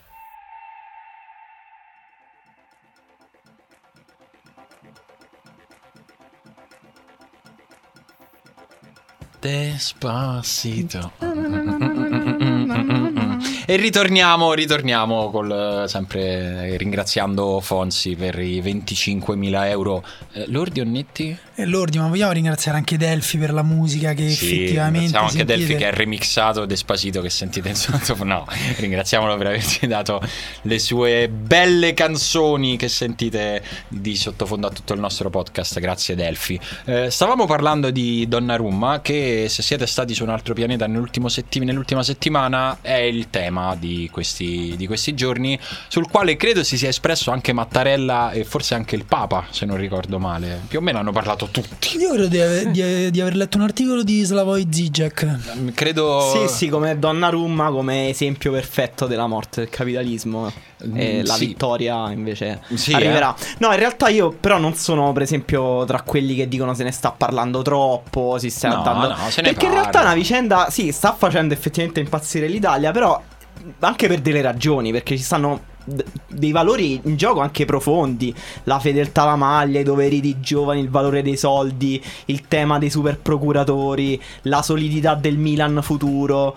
Despacito. E ritorniamo, ritorniamo col, sempre ringraziando Fonsi per i venticinquemila euro eh, lordi o netti? E lordi, ma vogliamo ringraziare anche Delphi per la musica che effettivamente ringraziamo anche sentite. Delphi che ha remixato Despacito, che sentite in sottofondo. No, ringraziamolo per averci dato le sue belle canzoni che sentite di sottofondo a tutto il nostro podcast. Grazie Delphi. Eh, stavamo parlando di Donnarumma, che se siete stati su un altro pianeta nell'ultimo setti- nell'ultima settimana è il tema di questi, di questi giorni, sul quale credo si sia espresso anche Mattarella e forse anche il Papa, se non ricordo male. Più o meno hanno parlato tutti. Io credo di aver, di- di aver letto un articolo di Slavoj Zizek. Credo Sì, sì, come Donnarumma come esempio perfetto della morte del capitalismo. E Mm, la sì. vittoria invece Sì, arriverà. eh. No, in realtà io però non sono per esempio tra quelli che dicono se ne sta parlando troppo, si sta No, andando. no, se ne Perché in parla. realtà è una vicenda, sì, sta facendo effettivamente impazzire l'Italia, però anche per delle ragioni, perché ci stanno d- dei valori in gioco anche profondi, la fedeltà alla maglia, i doveri dei giovani, il valore dei soldi, il tema dei super procuratori, la solidità del Milan futuro.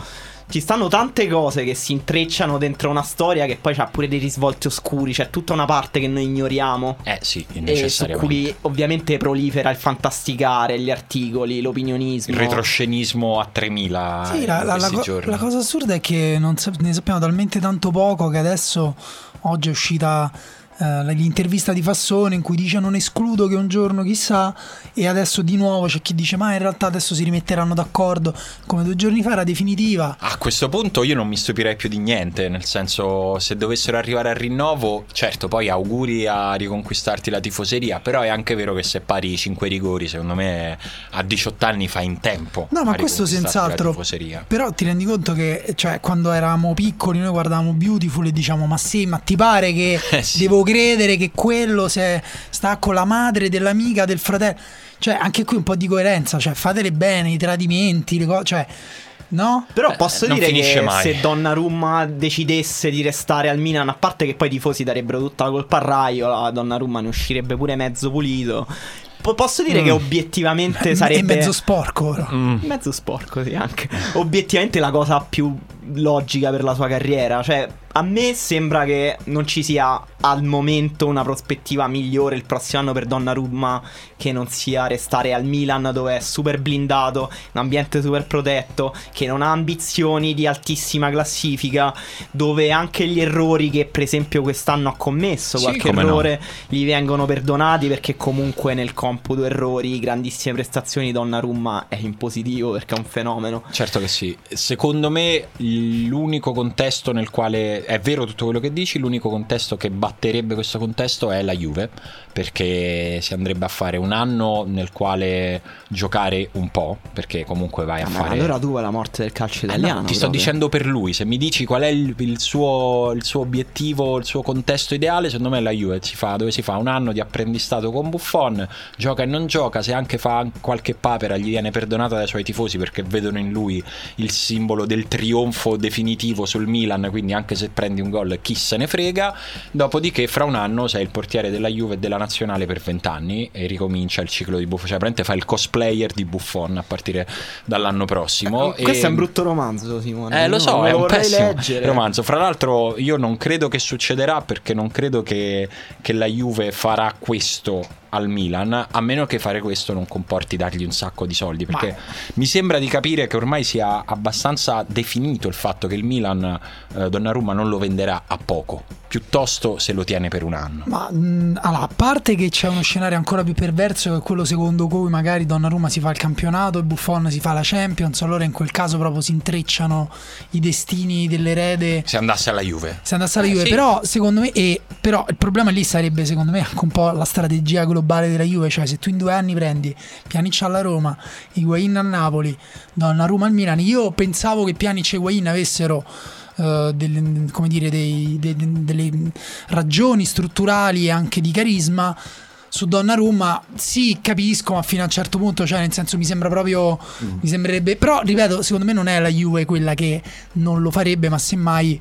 ci stanno tante cose che si intrecciano dentro una storia che poi c'ha pure dei risvolti oscuri, c'è tutta una parte che noi ignoriamo. Eh sì, e su cui ovviamente prolifera il fantasticare, gli articoli, l'opinionismo, il retroscenismo a tremila. Sì, la, la, la, co- la cosa assurda è che non sa- ne sappiamo talmente tanto poco che adesso, oggi è uscita Uh, l'intervista di Fassone in cui dice non escludo che un giorno chissà, e adesso di nuovo c'è chi dice ma in realtà adesso si rimetteranno d'accordo, come due giorni fa era definitiva. A questo punto io non mi stupirei più di niente, nel senso, se dovessero arrivare al rinnovo, certo poi auguri a riconquistarti la tifoseria, però è anche vero che se pari i cinque rigori secondo me a diciotto anni fai in tempo. No, ma questo senz'altro, però ti rendi conto che cioè quando eravamo piccoli noi guardavamo Beautiful e diciamo ma sì, ma ti pare che eh sì. devo credere che quello se sta con la madre dell'amica del fratello, cioè anche qui un po' di coerenza, cioè fatele bene i tradimenti, le cose, cioè no? Però posso eh, dire che mai. se Donnarumma decidesse di restare al Milan, a parte che poi i tifosi darebbero tutta la colpa a Raiola, Donnarumma ne uscirebbe pure mezzo pulito. Posso dire mm. che obiettivamente sarebbe è mezzo sporco però. Mm. Mezzo sporco sì, anche obiettivamente la cosa più logica per la sua carriera. Cioè a me sembra che non ci sia al momento una prospettiva migliore il prossimo anno per Donnarumma che non sia restare al Milan, dove è super blindato, un ambiente super protetto, che non ha ambizioni di altissima classifica, dove anche gli errori che per esempio quest'anno ha commesso, sì, qualche errore no. gli vengono perdonati, perché comunque nel computo errori, grandissime prestazioni, Donnarumma è in positivo perché è un fenomeno. Certo che sì. Secondo me l'unico contesto nel quale è vero tutto quello che dici, l'unico contesto che batterebbe questo contesto è la Juve, perché si andrebbe a fare un anno nel quale giocare un po', perché comunque vai a ah, fare. Allora tu vuoi la morte del calcio italiano? Eh no, ti sto proprio. dicendo per lui, se mi dici qual è il, il, suo, il suo obiettivo, il suo contesto ideale, secondo me la Juve si fa, dove si fa un anno di apprendistato con Buffon, gioca e non gioca, se anche fa qualche papera gli viene perdonata dai suoi tifosi perché vedono in lui il simbolo del trionfo definitivo sul Milan, quindi anche se prendi un gol chi se ne frega. Dopodiché fra un anno sei il portiere della Juve e della nazionale per vent'anni e ricomincia il ciclo di Buffon, cioè praticamente fai il cosplayer di Buffon a partire dall'anno prossimo. Eh, questo e... è un brutto romanzo, Simone. Eh lo so, no, è lo un pessimo leggere. romanzo. Fra l'altro io non credo che succederà, perché non credo che, che la Juve farà questo al Milan, a meno che fare questo non comporti dargli un sacco di soldi, perché ma... mi sembra di capire che ormai sia abbastanza definito il fatto che il Milan eh, Donnarumma non lo venderà a poco, piuttosto se lo tiene per un anno. Ma mh, allora, a parte che c'è uno scenario ancora più perverso, che è quello secondo cui magari Donnarumma si fa il campionato e Buffon si fa la Champions, allora in quel caso proprio si intrecciano i destini dell'erede se andasse alla Juve. Se andasse alla Juve, eh, sì. però secondo me e, però il problema lì sarebbe secondo me anche un po' la strategia globale della Juve, cioè se tu in due anni prendi Pjanic alla Roma, Higuain al Napoli, Donnarumma al Milan. Io pensavo che Pjanic e Higuain avessero Uh, delle, come dire, dei, de, de, delle ragioni strutturali e anche di carisma. Su Donnarumma sì, capisco, ma fino a un certo punto, cioè nel senso mi sembra proprio mm. mi sembrerebbe, però ripeto, secondo me non è la Juve quella che non lo farebbe, ma semmai,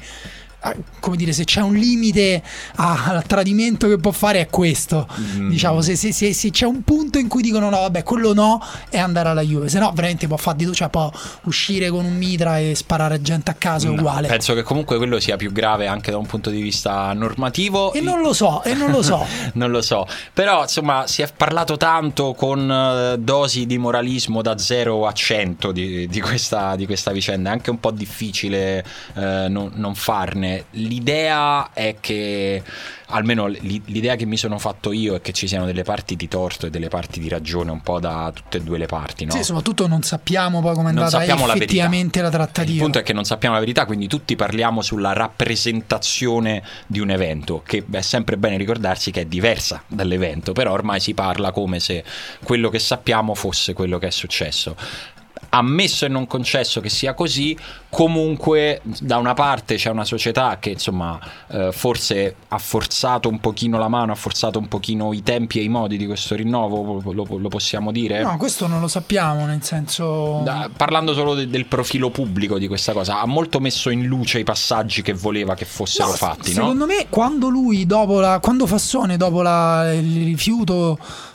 come dire, se c'è un limite al tradimento che può fare è questo, mm. diciamo, se, se, se, se c'è un punto in cui dicono no vabbè quello no, è andare alla Juve, se no veramente può fare di tutto, cioè può uscire con un mitra e sparare gente a caso, no, uguale. Penso che comunque quello sia più grave anche da un punto di vista normativo e non lo so, e non lo so non lo so, però insomma si è parlato tanto con uh, dosi di moralismo da zero a cento di, di, questa, di questa vicenda, è anche un po' difficile uh, non, non farne. L'idea è che, almeno l'idea che mi sono fatto io, è che ci siano delle parti di torto e delle parti di ragione un po' da tutte e due le parti, no? Sì, soprattutto non sappiamo poi come è andata effettivamente la, la trattativa. Il punto è che non sappiamo la verità, quindi tutti parliamo sulla rappresentazione di un evento, che è sempre bene ricordarsi che è diversa dall'evento, però ormai si parla come se quello che sappiamo fosse quello che è successo. Ammesso e non concesso che sia così, comunque da una parte c'è una società che insomma eh, forse ha forzato un pochino la mano, ha forzato un pochino i tempi e i modi di questo rinnovo, lo, lo possiamo dire? No, questo non lo sappiamo, nel senso, da, parlando solo de, del profilo pubblico di questa cosa, ha molto messo in luce i passaggi che voleva che fossero no, fatti, secondo no? me quando lui dopo la, quando Fassone dopo la, il rifiuto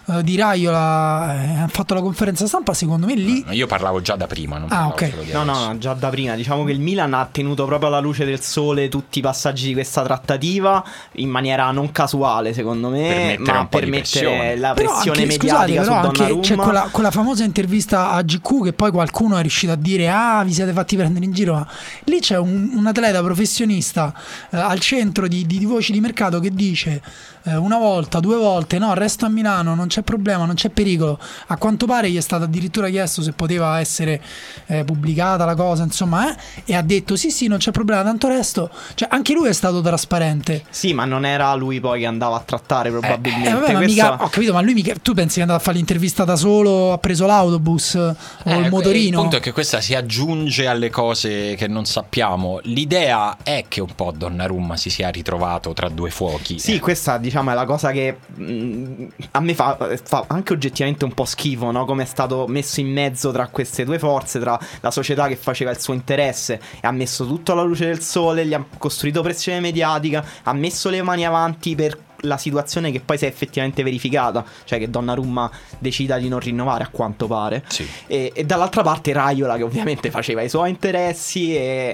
uh, di Raiola eh, ha fatto la conferenza stampa, secondo me lì... Io parlavo già da prima, non ah, parlavo ok. solo di No, adesso. no, già da prima. Diciamo che il Milan ha tenuto proprio alla luce del sole tutti i passaggi di questa trattativa in maniera non casuale, secondo me, Per mettere ma un po' per di mettere pressione. la Però pressione anche, mediatica scusate, su però anche Donnarumma. c'è quella, quella famosa intervista a G Q che poi qualcuno è riuscito a dire ah, vi siete fatti prendere in giro, ma lì c'è un, un atleta professionista eh, al centro di, di, di voci di mercato che dice eh, una volta, due volte no, resto a Milano, non c'è problema, non c'è pericolo. A quanto pare gli è stato addirittura chiesto se poteva essere eh, pubblicata la cosa, insomma, eh, e ha detto sì sì, non c'è problema, tanto resto. Cioè anche lui è stato trasparente. Sì, ma non era lui poi che andava a trattare probabilmente. Eh, vabbè, ma Questo- mica, ho capito, ma lui mica, tu pensi che è andato a fare l'intervista da solo, ha preso l'autobus o Eh, il Il motorino? punto è che questa si aggiunge alle cose che non sappiamo. L'idea è che un po' Donnarumma si sia ritrovato tra due fuochi. Sì, Eh, questa diciamo è la cosa che mh, a me fa, fa anche oggettivamente un po' schifo, no? Come è stato messo in mezzo tra queste due forze, tra la società che faceva il suo interesse e ha messo tutto alla luce del sole, gli ha costruito pressione mediatica, ha messo le mani avanti per la situazione che poi si è effettivamente verificata, cioè che Donnarumma decida di non rinnovare a quanto pare. Sì. E, e dall'altra parte Raiola che ovviamente faceva i suoi interessi e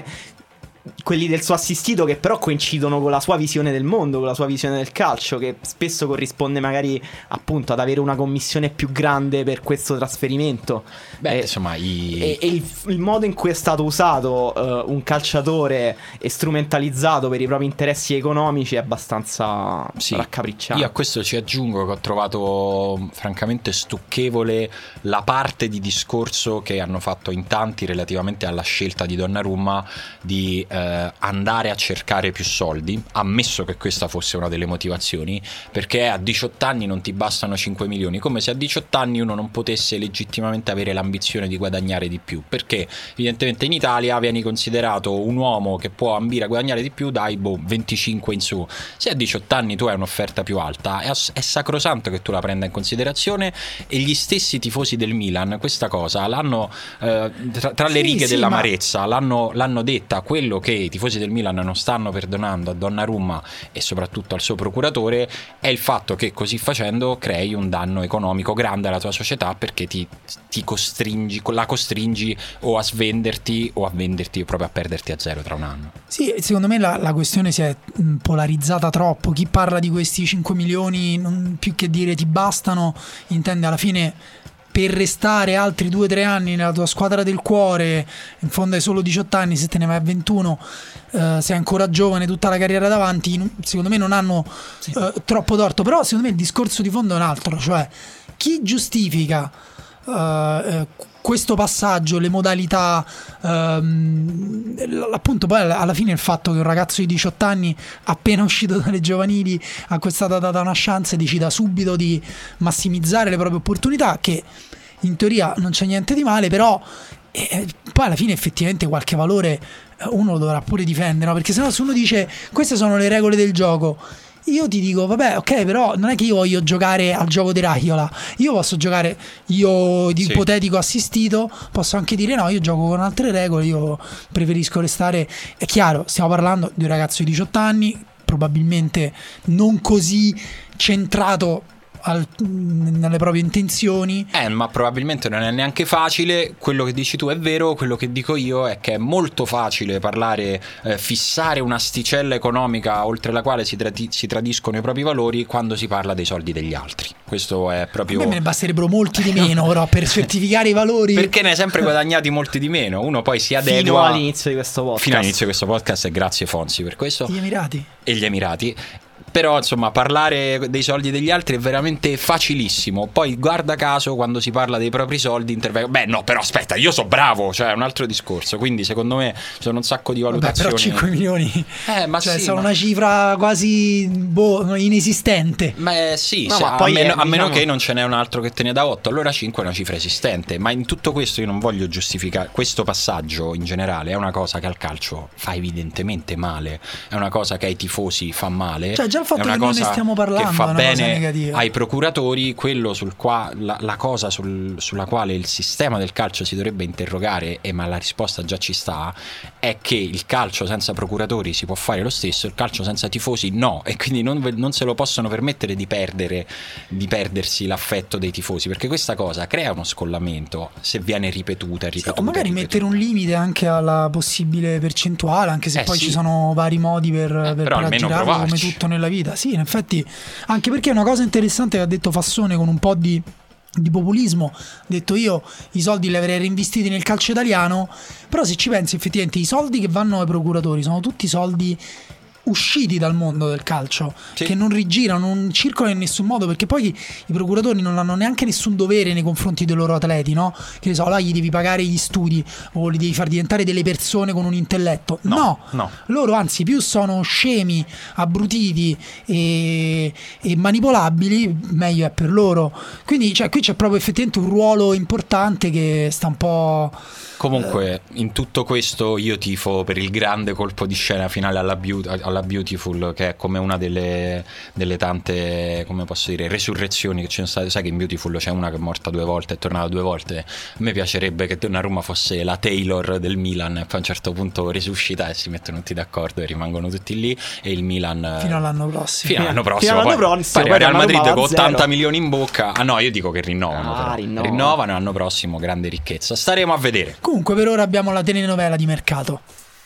quelli del suo assistito che però coincidono con la sua visione del mondo, con la sua visione del calcio, che spesso corrisponde magari appunto ad avere una commissione più grande per questo trasferimento. Beh, Eh, insomma, i... e, e il, il modo in cui è stato usato uh, un calciatore e strumentalizzato per i propri interessi economici è abbastanza Sì. raccapricciante. Io a questo ci aggiungo che ho trovato francamente stucchevole la parte di discorso che hanno fatto in tanti relativamente alla scelta di Donnarumma di eh, andare a cercare più soldi, ammesso che questa fosse una delle motivazioni, perché a diciotto anni non ti bastano cinque milioni, come se a diciotto anni uno non potesse legittimamente avere l'ambizione di guadagnare di più, perché evidentemente in Italia vieni considerato un uomo che può ambire a guadagnare di più dai boh, venticinque in su. Se a diciotto anni tu hai un'offerta più alta, è, è sacrosanto che tu la prenda in considerazione, e gli stessi tifosi del Milan questa cosa l'hanno eh, tra, tra le Sì, righe sì, dell'amarezza l'hanno, l'hanno detta. Quello che i tifosi del Milan non stanno perdonando a Donnarumma e soprattutto al suo procuratore è il fatto che così facendo crei un danno economico grande alla tua società, perché ti, ti costringi, la costringi o a svenderti o a venderti o proprio a perderti a zero tra un anno. Sì, secondo me la, la questione si è mh, polarizzata troppo. Chi parla di questi cinque milioni, non, più che dire ti bastano, intende alla fine per restare altri due o tre anni nella tua squadra del cuore. In fondo hai solo diciotto anni, se te ne vai a ventuno eh, sei ancora giovane, tutta la carriera davanti, secondo me non hanno eh, troppo torto. Però secondo me il discorso di fondo è un altro, cioè chi giustifica uh, uh, questo passaggio, le modalità, ehm, appunto poi alla fine il fatto che un ragazzo di diciotto anni appena uscito dalle giovanili a cui è stata data una chance e decida subito di massimizzare le proprie opportunità, che in teoria non c'è niente di male, però eh, poi alla fine effettivamente qualche valore uno lo dovrà pure difendere, no? Perché sennò se uno dice queste sono le regole del gioco, io ti dico vabbè, ok, però non è che io voglio giocare al gioco di Raiola, io posso giocare, io di Sì. ipotetico assistito posso anche dire no, io gioco con altre regole, io preferisco restare. È chiaro, stiamo parlando di un ragazzo di diciotto anni, probabilmente non così centrato al, nelle proprie intenzioni. Eh, ma probabilmente non è neanche facile. Quello che dici tu è vero, quello che dico io è che è molto facile parlare, eh, fissare un'asticella economica oltre la quale si, tradi- si tradiscono i propri valori quando si parla dei soldi degli altri. Questo è proprio... A me me ne basterebbero molti di meno però per certificare i valori. Perché ne hai sempre guadagnati molti di meno. Uno poi si adegua fino all'inizio di questo podcast. Fino all'inizio di questo podcast, e grazie Fonsi per questo. Gli Emirati. E gli Emirati. Però insomma parlare dei soldi degli altri è veramente facilissimo. Poi guarda caso quando si parla dei propri soldi intervengo. Beh no, però aspetta, io so bravo. Cioè è un altro discorso. Quindi secondo me ci sono un sacco di valutazioni. Vabbè, però cinque milioni Eh ma cioè sì, sono ma... una cifra quasi boh, inesistente. Ma eh, sì, No, se- ma a, poi meno, è, a meno diciamo- che non ce n'è un altro che te ne dà otto, allora cinque è una cifra esistente. Ma in tutto questo io non voglio giustificare. Questo passaggio in generale è una cosa che al calcio fa evidentemente male, è una cosa che ai tifosi fa male. Cioè già il fatto è una che non cosa ne stiamo parlando che fa è una cosa bene negativa. ai procuratori. Quello sul qua, la, la cosa sul, sulla quale il sistema del calcio si dovrebbe interrogare, e ma la risposta già ci sta, è che il calcio senza procuratori si può fare lo stesso, il calcio senza tifosi no, e quindi non, non se lo possono permettere di perdere di perdersi l'affetto dei tifosi, perché questa cosa crea uno scollamento se viene ripetuta e ripetuta. Sì, o magari ripetuta. mettere un limite anche alla possibile percentuale, anche se Eh, poi sì. ci sono vari modi per, Eh, per, però per almeno aggirarlo, come provarci. tutto nella vita. Sì, in effetti, anche perché è una cosa interessante che ha detto Fassone con un po' di di populismo, ho detto io i soldi li avrei reinvestiti nel calcio italiano, però se ci pensi effettivamente i soldi che vanno ai procuratori sono tutti soldi usciti dal mondo del calcio, sì. che non rigirano, non circolano in nessun modo, perché poi i procuratori non hanno neanche nessun dovere nei confronti dei loro atleti, no? Che ne so, là gli devi pagare gli studi o li devi far diventare delle persone con un intelletto. No, no, no. Loro anzi più sono scemi, abbrutiti e, e manipolabili, meglio è per loro. Quindi cioè, qui c'è proprio effettivamente un ruolo importante che sta un po'... Comunque, in tutto questo io tifo per il grande colpo di scena finale alla, Beau- alla Beautiful, che è come una delle, delle tante, come posso dire, resurrezioni che ci sono state. Sai che in Beautiful c'è una che è morta due volte, è tornata due volte. A me piacerebbe che Donnarumma fosse la Taylor del Milan, e poi a un certo punto risuscita e si mettono tutti d'accordo e rimangono tutti lì, e il Milan fino all'anno prossimo. fino all'anno prossimo, Fino all'anno poi, prossimo, poi poi Real Madrid Donnarumma con va a ottanta zero. milioni in bocca. Ah no, io dico che rinnovano, Ah, però. rinnova. rinnovano, e l'anno prossimo grande ricchezza. Staremo a vedere. Comunque per ora abbiamo la telenovela di mercato.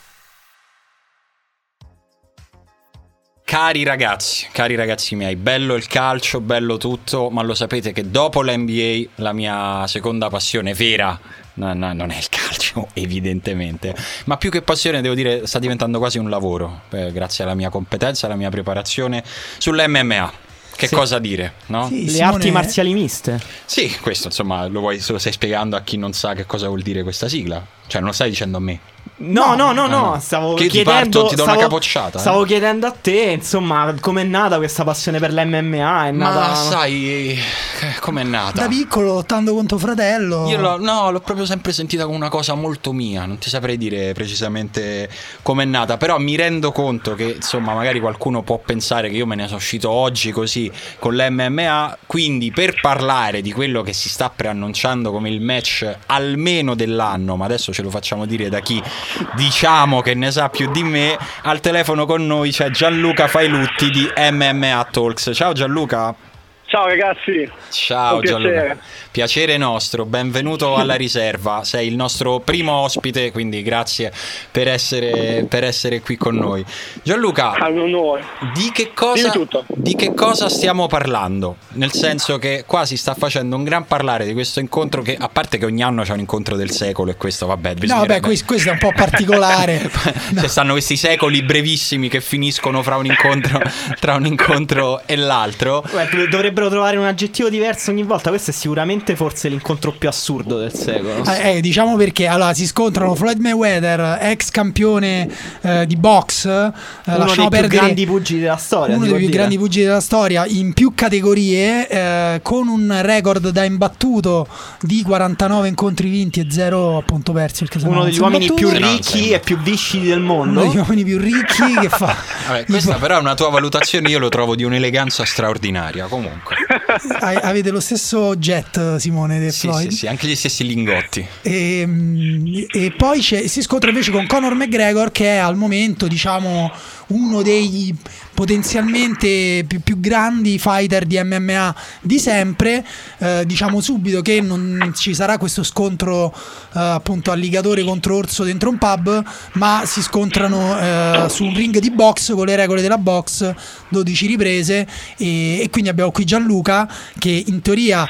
Cari ragazzi, cari ragazzi miei, bello il calcio, bello tutto, ma lo sapete che dopo l'N B A la mia seconda passione vera, no, no, non è il calcio evidentemente, ma più che passione devo dire sta diventando quasi un lavoro, eh, grazie alla mia competenza, alla mia preparazione sull'M M A. Che Sì. cosa dire, no? Sì, Le Simone- arti marziali miste. Sì, questo insomma lo, vuoi, lo stai spiegando a chi non sa che cosa vuol dire questa sigla? Cioè non lo stai dicendo a me? No, no, no, no, no. stavo Che io ti chiedendo, parto, ti do una stavo- capocciata, eh. Stavo chiedendo a te, insomma, com'è nata questa passione per l'M M A? È nata... Ma sai eh, com'è nata? Da piccolo lottando contro fratello. Io l'ho, no, l'ho proprio sempre sentita come una cosa molto mia, non ti saprei dire precisamente com'è nata, però mi rendo conto che insomma magari qualcuno può pensare che io me ne sono uscito oggi così con l'M M A, quindi per parlare di quello che si sta preannunciando come il match almeno dell'anno, ma adesso ce lo facciamo dire da chi diciamo che ne sa più di me, al telefono con noi c'è Gianluca Failutti di M M A Talks. Ciao Gianluca. Ciao ragazzi. Ciao Un piacere. Gianluca. Piacere nostro, benvenuto alla riserva. Sei il nostro primo ospite, quindi grazie per essere, per essere qui con noi. Gianluca, È un onore. di che cosa, Dimmi tutto. di che cosa stiamo parlando? Nel senso che qua si sta facendo un gran parlare di questo incontro che, a parte che ogni anno c'è un incontro del secolo e questo vabbè, No, bisognerebbe- beh, questo, questo è un po' particolare. Ci stanno questi secoli brevissimi che finiscono fra un incontro tra un incontro e l'altro. Beh, dovrebbero trovare un aggettivo diverso ogni volta. Questo è sicuramente forse l'incontro più assurdo del secolo. Eh, eh, diciamo perché allora si scontrano Floyd Mayweather, ex campione eh, di box, eh, Uno lasciamo dei più perdere grandi pugili della storia. uno si dei può più dire. grandi pugili della storia in più categorie, eh, con un record da imbattuto di quarantanove incontri vinti e zero appunto persi, perché sennò Uno non degli sei uomini imbattuto. più Se no, ricchi sei- e più viscidi del Uno mondo. degli uomini più ricchi che fa Vabbè, questa però è una tua valutazione, io lo trovo di un'eleganza straordinaria. Comunque, A- avete lo stesso jet, Simone, De sì, Floyd. sì, sì, anche gli stessi lingotti. E, mm, e poi c'è- si scontra invece con Conor McGregor, che è al momento diciamo uno dei potenzialmente più, più grandi fighter di M M A di sempre. Eh, diciamo subito che non ci sarà questo scontro eh, appunto alligatore contro orso dentro un pub, ma si scontrano eh, su un ring di box con le regole della box, dodici riprese, e, e quindi abbiamo qui Gianluca che in teoria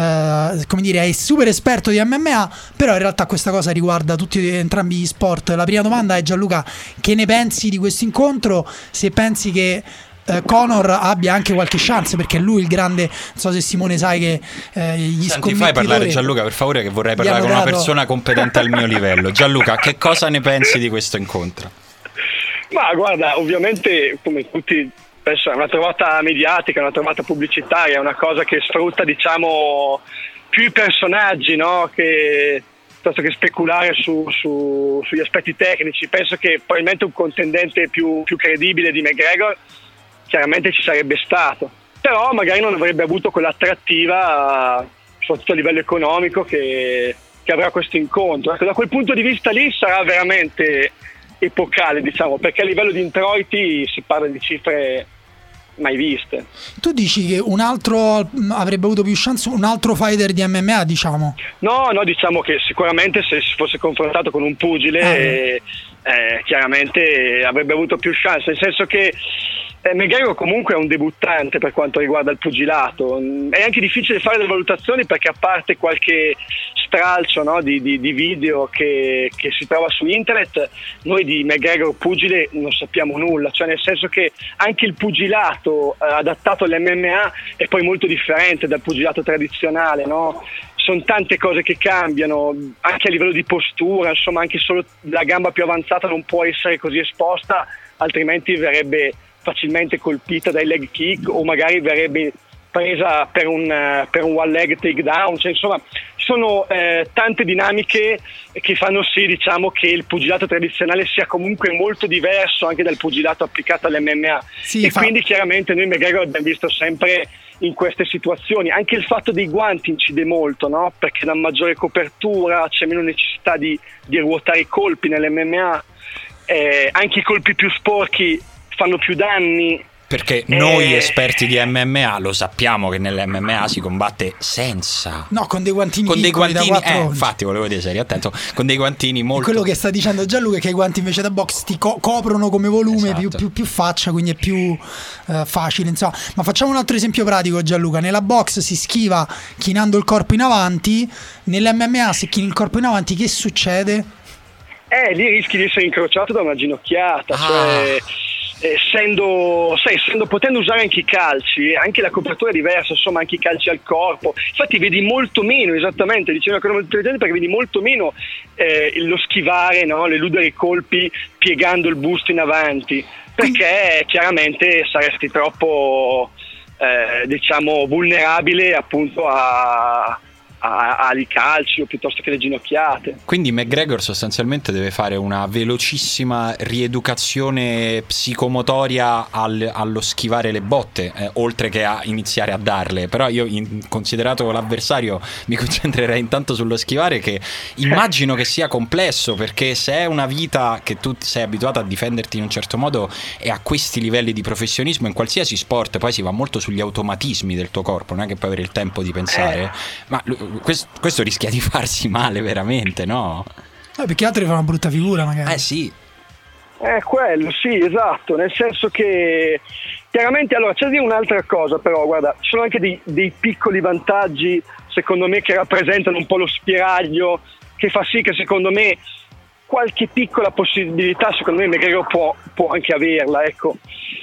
eh, come dire è super esperto di M M A, però in realtà questa cosa riguarda tutti e entrambi gli sport. La prima domanda è, Gianluca, che ne pensi di questo incontro? Se pensi che eh, Conor abbia anche qualche chance, perché è lui il grande, non so se Simone sai che eh, gli Senti, fai parlare scommettitori Gianluca per favore, che vorrei gli parlare hanno con una dato- persona competente al mio livello. Gianluca, che cosa ne pensi di questo incontro? Ma guarda, ovviamente come tutti penso è una trovata mediatica, una trovata pubblicitaria, è una cosa che sfrutta diciamo più i personaggi, no? Che piuttosto che speculare su, su, sugli aspetti tecnici. Penso che probabilmente un contendente più, più credibile di McGregor chiaramente ci sarebbe stato, però magari non avrebbe avuto quell'attrattiva, soprattutto a livello economico, che, che avrà questo incontro. Ecco, da quel punto di vista lì sarà veramente epocale, diciamo, perché a livello di introiti si parla di cifre mai viste. Tu dici che un altro avrebbe avuto più chance, un altro fighter di M M A, diciamo? No, no, diciamo che sicuramente se si fosse confrontato con un pugile, ah, eh, eh, chiaramente avrebbe avuto più chance, nel senso che eh, McGregor comunque è un debuttante per quanto riguarda il pugilato. È anche difficile fare delle valutazioni perché, a parte qualche stralcio, no, di, di, di video che, che si trova su internet, noi di McGregor pugile non sappiamo nulla, cioè nel senso che anche il pugilato eh, adattato all'M M A è poi molto differente dal pugilato tradizionale, no? Sono tante cose che cambiano, anche a livello di postura, insomma anche solo la gamba più avanzata non può essere così esposta, altrimenti verrebbe facilmente colpita dai leg kick o magari verrebbe presa per un, per un one leg takedown, cioè, insomma ci sono eh, tante dinamiche che fanno sì, diciamo, che il pugilato tradizionale sia comunque molto diverso anche dal pugilato applicato all'M M A, sì, e fa... quindi chiaramente noi McGregor abbiamo visto sempre in queste situazioni. Anche il fatto dei guanti incide molto, no? Perché da maggiore copertura c'è meno necessità di, di ruotare i colpi nell'M M A, eh, anche i colpi più sporchi fanno più danni. Perché noi eh... esperti di M M A lo sappiamo che nell'M M A si combatte senza, no, con dei guantini con dei piccoli guantini, da eh, infatti volevo dire, sei attento, con dei guantini molto... Quello che sta dicendo Gianluca è che i guanti invece da box ti co- coprono come volume, esatto, più, più, più faccia, quindi è più uh, facile, insomma. Ma facciamo un altro esempio pratico, Gianluca. Nella box si schiva chinando il corpo in avanti, nell'M M A se chini il corpo in avanti che succede? Eh, lì rischi di essere incrociato da una ginocchiata, ah. cioè... Essendo, sai, essendo potendo usare anche i calci, anche la copertura è diversa, insomma anche i calci al corpo, infatti vedi molto meno, esattamente, dicevo una cosa molto intelligente, perché vedi molto meno eh, lo schivare, no? L'eludere i colpi piegando il busto in avanti, perché chiaramente saresti troppo eh, diciamo vulnerabile appunto a ai calci o piuttosto che le ginocchiate. Quindi McGregor sostanzialmente deve fare una velocissima rieducazione psicomotoria al, allo schivare le botte, eh, oltre che a iniziare a darle. Però io, in, considerato l'avversario, mi concentrerei intanto sullo schivare, che immagino che sia complesso, perché se è una vita che tu sei abituato a difenderti in un certo modo e a questi livelli di professionismo in qualsiasi sport, poi si va molto sugli automatismi del tuo corpo, non è che puoi avere il tempo di pensare, eh. ma Questo, questo rischia di farsi male veramente, no? Eh, perché altri fanno una brutta figura magari. Eh sì. Eh, quello, sì, esatto, nel senso che chiaramente, allora c'è da dire un'altra cosa, però guarda, ci sono anche dei, dei piccoli vantaggi secondo me che rappresentano un po' lo spiraglio, che fa sì che secondo me qualche piccola possibilità secondo me McGregor può, può anche averla, ecco.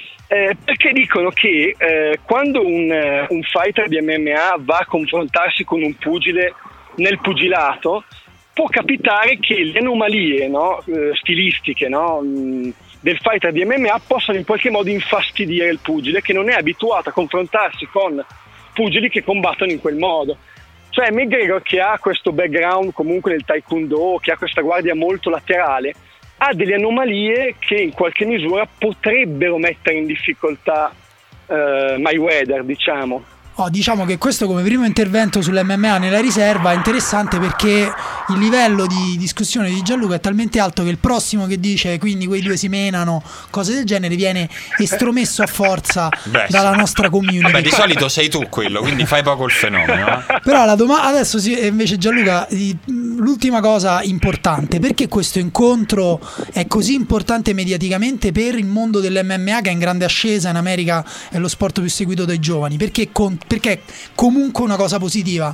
Eh, perché dicono che eh, quando un, uh, un fighter di M M A va a confrontarsi con un pugile nel pugilato, può capitare che le anomalie, no, uh, stilistiche, no, mh, del fighter di M M A possano in qualche modo infastidire il pugile, che non è abituato a confrontarsi con pugili che combattono in quel modo. Cioè McGregor, che ha questo background comunque nel taekwondo, che ha questa guardia molto laterale, ha delle anomalie che in qualche misura potrebbero mettere in difficoltà uh, Mayweather, diciamo. Oh, diciamo che questo come primo intervento sull'M M A nella riserva è interessante, perché il livello di discussione di Gianluca è talmente alto che il prossimo che dice quindi quei due si menano, cose del genere, viene estromesso a forza Beh, dalla nostra community. Beh, di solito sei tu quello, quindi fai poco il fenomeno. Eh? Però la domanda adesso sì, invece Gianluca, l'ultima cosa importante, perché questo incontro è così importante mediaticamente per il mondo dell'M M A, che è in grande ascesa, in America è lo sport più seguito dai giovani? Perché con Perché è comunque una cosa positiva?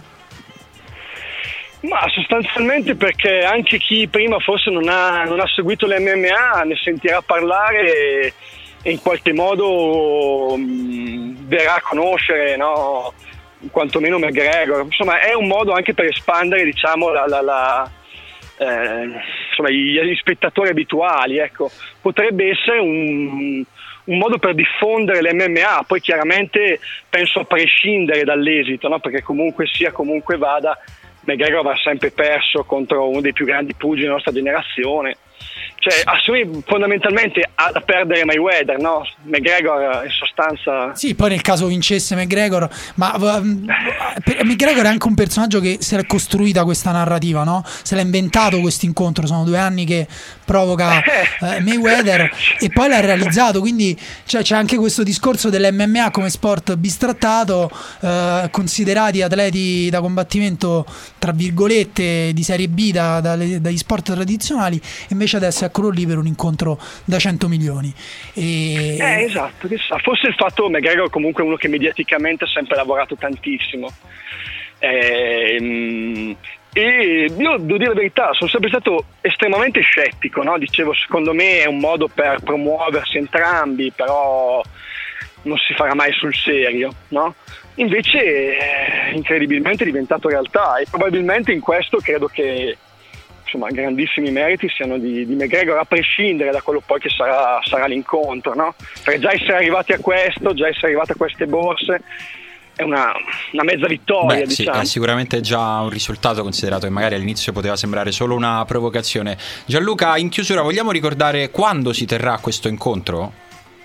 Ma sostanzialmente perché anche chi prima forse non ha, non ha seguito l'M M A ne sentirà parlare e in qualche modo mh, verrà a conoscere, no, quantomeno McGregor. Insomma è un modo anche per espandere, diciamo, la, la, la, eh, insomma, gli, gli spettatori abituali, ecco. Potrebbe essere un un modo per diffondere l'M M A, poi chiaramente penso a prescindere dall'esito, no? Perché comunque sia comunque vada, McGregor avrà sempre perso contro uno dei più grandi pugili della nostra generazione, Cioè, assumi fondamentalmente ha da perdere Mayweather, no? McGregor in sostanza. Sì, poi nel caso vincesse McGregor, ma um, McGregor è anche un personaggio che se l'è costruita questa narrativa, no? Se l'ha inventato questo incontro, sono due anni che provoca eh, Mayweather e poi l'ha realizzato, quindi cioè, c'è anche questo discorso dell'M M A come sport bistrattato, eh, considerati atleti da combattimento tra virgolette di serie B da, da, dagli sport tradizionali, invece adesso eccolo lì per un incontro da cento milioni e... eh esatto, chissà, forse il fatto McGregor comunque è uno che mediaticamente ha sempre lavorato tantissimo e, e io devo dire la verità, sono sempre stato estremamente scettico, no? Dicevo, secondo me è un modo per promuoversi entrambi, però non si farà mai sul serio, no? Invece eh, incredibilmente è diventato realtà e probabilmente in questo credo che insomma grandissimi meriti siano di, di McGregor, a prescindere da quello poi che sarà, sarà l'incontro, no? Perché già essere arrivati a questo, già essere arrivati a queste borse è una, una mezza vittoria. Beh, diciamo. Sì, è sicuramente già un risultato, considerato che magari all'inizio poteva sembrare solo una provocazione. Gianluca, in chiusura vogliamo ricordare quando si terrà questo incontro?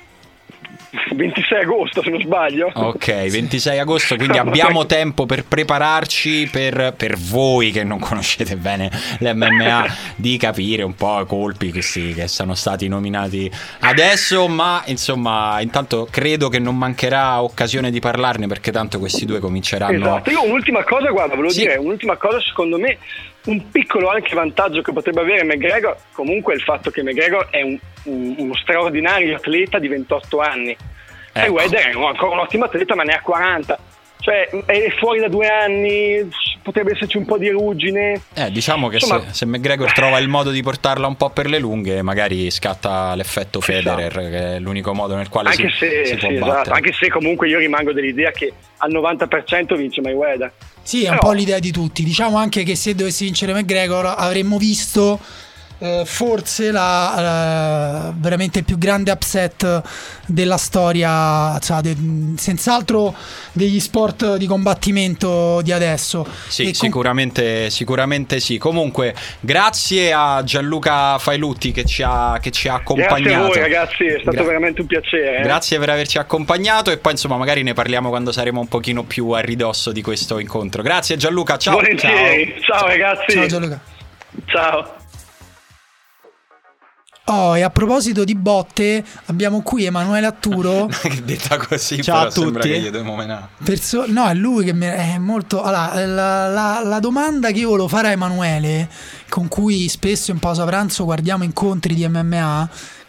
ventisei agosto se non sbaglio. Ok, ventisei agosto, quindi abbiamo tempo per prepararci, per, per voi che non conoscete bene l'M M A, di capire un po' i colpi che, sì, che sono stati nominati adesso, ma insomma intanto credo che non mancherà occasione di parlarne, perché tanto questi due cominceranno. Esatto, io un'ultima cosa, guarda, volevo sì. dire, un'ultima cosa secondo me, un piccolo anche vantaggio che potrebbe avere McGregor, comunque è il fatto che McGregor è un, un, uno straordinario atleta di ventotto anni. Ecco. E Mayweather è ancora un ottimo atleta, ma ne ha quaranta. Cioè è fuori da due anni, potrebbe esserci un po' di ruggine. Eh, diciamo che Insomma, se, se McGregor trova il modo di portarla un po' per le lunghe, magari scatta l'effetto Federer, esatto. che è l'unico modo nel quale anche si, se, si può sì, battere. esatto. Anche se comunque io rimango dell'idea che al novanta per cento vince Mayweather. Sì, è un Però... po' l'idea di tutti. Diciamo anche che se dovesse vincere McGregor avremmo visto eh, forse la, la veramente il più grande upset della storia, cioè, de, senz'altro degli sport di combattimento di adesso. Sì, e sicuramente, com- sicuramente sì. Comunque, grazie a Gianluca Failutti che ci ha, che ci ha accompagnato. Grazie a voi ragazzi, è stato Gra- veramente un piacere. Eh? Grazie per averci accompagnato e poi insomma magari ne parliamo quando saremo un pochino più a ridosso di questo incontro. Grazie Gianluca, ciao. Volentieri, ciao, ciao ragazzi. Ciao Gianluca. Ciao. Oh, e a proposito di botte, abbiamo qui Emanuele Atturo. Detta così, ciao però a tutti. sembra che gli devo menare. Perso- no, è lui che mi- è molto. Allora, la, la, la domanda che io volevo fare a Emanuele, con cui spesso in pausa pranzo guardiamo incontri di M M A,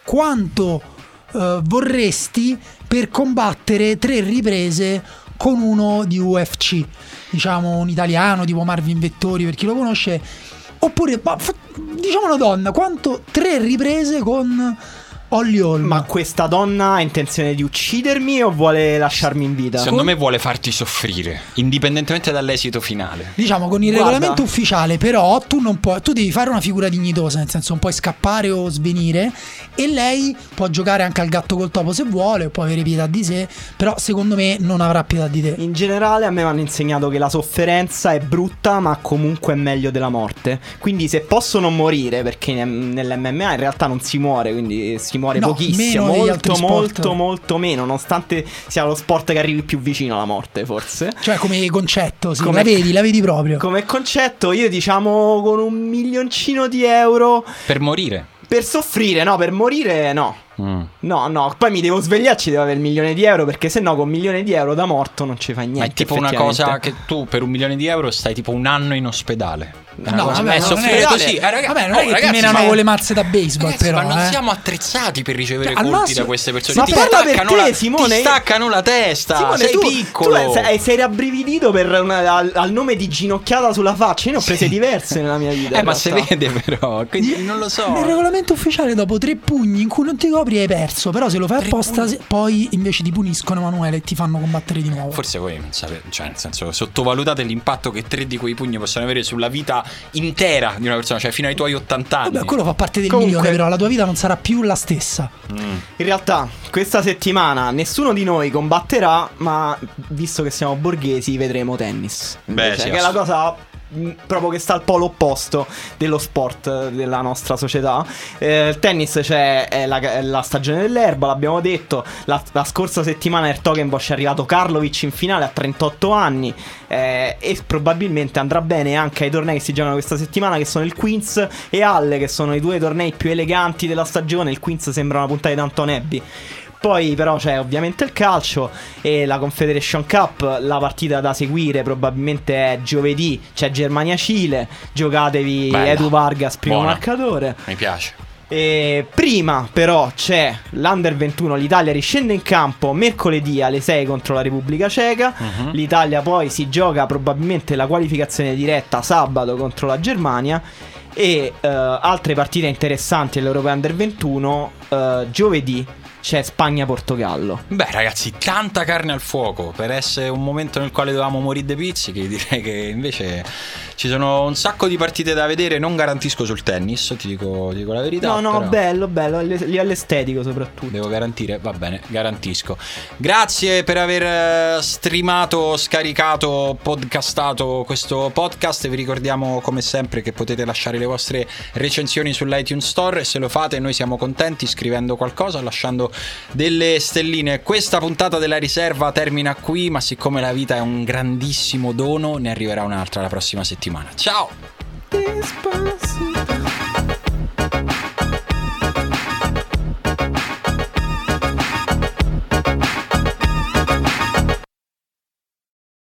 quanto eh, vorresti per combattere tre riprese con uno di U F C? Diciamo un italiano tipo Marvin Vettori, per chi lo conosce. Oppure, ma, f- diciamo una donna, quanto tre riprese con Holly Holm? Ma questa donna ha intenzione di uccidermi o vuole lasciarmi in vita? Secondo me vuole farti soffrire, indipendentemente dall'esito finale. Diciamo con il Guarda. regolamento ufficiale, però tu non puoi, tu devi fare una figura dignitosa, nel senso non puoi scappare o svenire, e lei può giocare anche al gatto col topo se vuole, può avere pietà di sé, però secondo me non avrà pietà di te. In generale a me mi hanno insegnato che la sofferenza è brutta, ma comunque è meglio della morte. Quindi se posso non morire, perché nell'M M A in realtà non si muore, quindi si muore No, pochissimo, meno degli altri molto sport. molto molto meno, nonostante sia lo sport che arrivi più vicino alla morte forse. Cioè come concetto, sì, Come- la vedi, la vedi proprio. Come concetto io diciamo con un milioncino di euro Per morire. per soffrire, no, per morire no. Mm. No, no, poi mi devo svegliare, ci devo avere il milione di euro, perché se no con un milione di euro da morto non ci fa niente. Ma è tipo una effettivamente. cosa che tu per un milione di euro stai tipo un anno in ospedale. È una No, cosa- vabbè, è non soffrire è- così. Eh, raga- Vabbè, non oh, è che ragazzi, ti menano ma- con le mazze da baseball, Ragazzi, però. ma non eh. siamo attrezzati per ricevere Cioè, al colpi massimo- da queste persone. Ma Ti parla per staccano, te, la, Simone. ti staccano la testa. Simone, sei tu, piccolo. tu sei, sei rabbrividito per una- al, al nome di ginocchiata sulla faccia. Io ne ho prese diverse nella mia vita. Eh, in ma se realtà. vede però. Quindi non lo so. Nel regolamento ufficiale dopo tre pugni in cui non ti copri hai perso, però se lo fai Tre apposta pugni. poi invece ti puniscono Emanuele e ti fanno combattere di nuovo. Forse voi non sapete, cioè nel senso sottovalutate l'impatto che tre di quei pugni possono avere sulla vita intera di una persona, cioè fino ai tuoi ottanta anni. Vabbè, quello fa parte del Comunque- milione, però la tua vita non sarà più la stessa. Mm. In realtà, questa settimana nessuno di noi combatterà, ma visto che siamo borghesi, vedremo tennis. Beh, Invece, sì, che è la ass- cosa proprio che sta al polo opposto dello sport della nostra società. Eh, il tennis c'è è la, è la stagione dell'erba, l'abbiamo detto. La, la scorsa settimana Hertogenbosch è arrivato Karlovic in finale a trentotto anni, eh, e probabilmente andrà bene anche ai tornei che si giocano questa settimana, che sono il Queens e Halle, che sono i due tornei più eleganti della stagione. Il Queens sembra una puntata di Downton Abbey. Poi però c'è ovviamente il calcio e la Confederation Cup. La partita da seguire probabilmente è giovedì, c'è Germania-Cile. Giocatevi Bella. Edu Vargas, primo Buona. marcatore. Mi piace. E prima però c'è l'Under ventuno, l'Italia riscende in campo mercoledì alle sei contro la Repubblica Ceca. Uh-huh. L'Italia poi si gioca probabilmente la qualificazione diretta sabato contro la Germania. E uh, altre partite interessanti all'Europeo Under ventuno, uh, giovedì c'è Spagna-Portogallo. Beh ragazzi, tanta carne al fuoco. Per essere un momento nel quale dovevamo morire dei pizzichi, direi che invece ci sono un sacco di partite da vedere. Non garantisco sul tennis, ti dico, ti dico la verità. No, no, però bello, bello, lì all'estetico soprattutto. devo garantire, va bene, garantisco. Grazie per aver streamato, scaricato, podcastato questo podcast. Vi ricordiamo come sempre che potete lasciare le vostre recensioni sull'iTunes Store, e se lo fate noi siamo contenti, scrivendo qualcosa, lasciando delle stelline. Questa puntata della riserva termina qui, ma siccome la vita è un grandissimo dono, ne arriverà un'altra la prossima settimana. Ciao!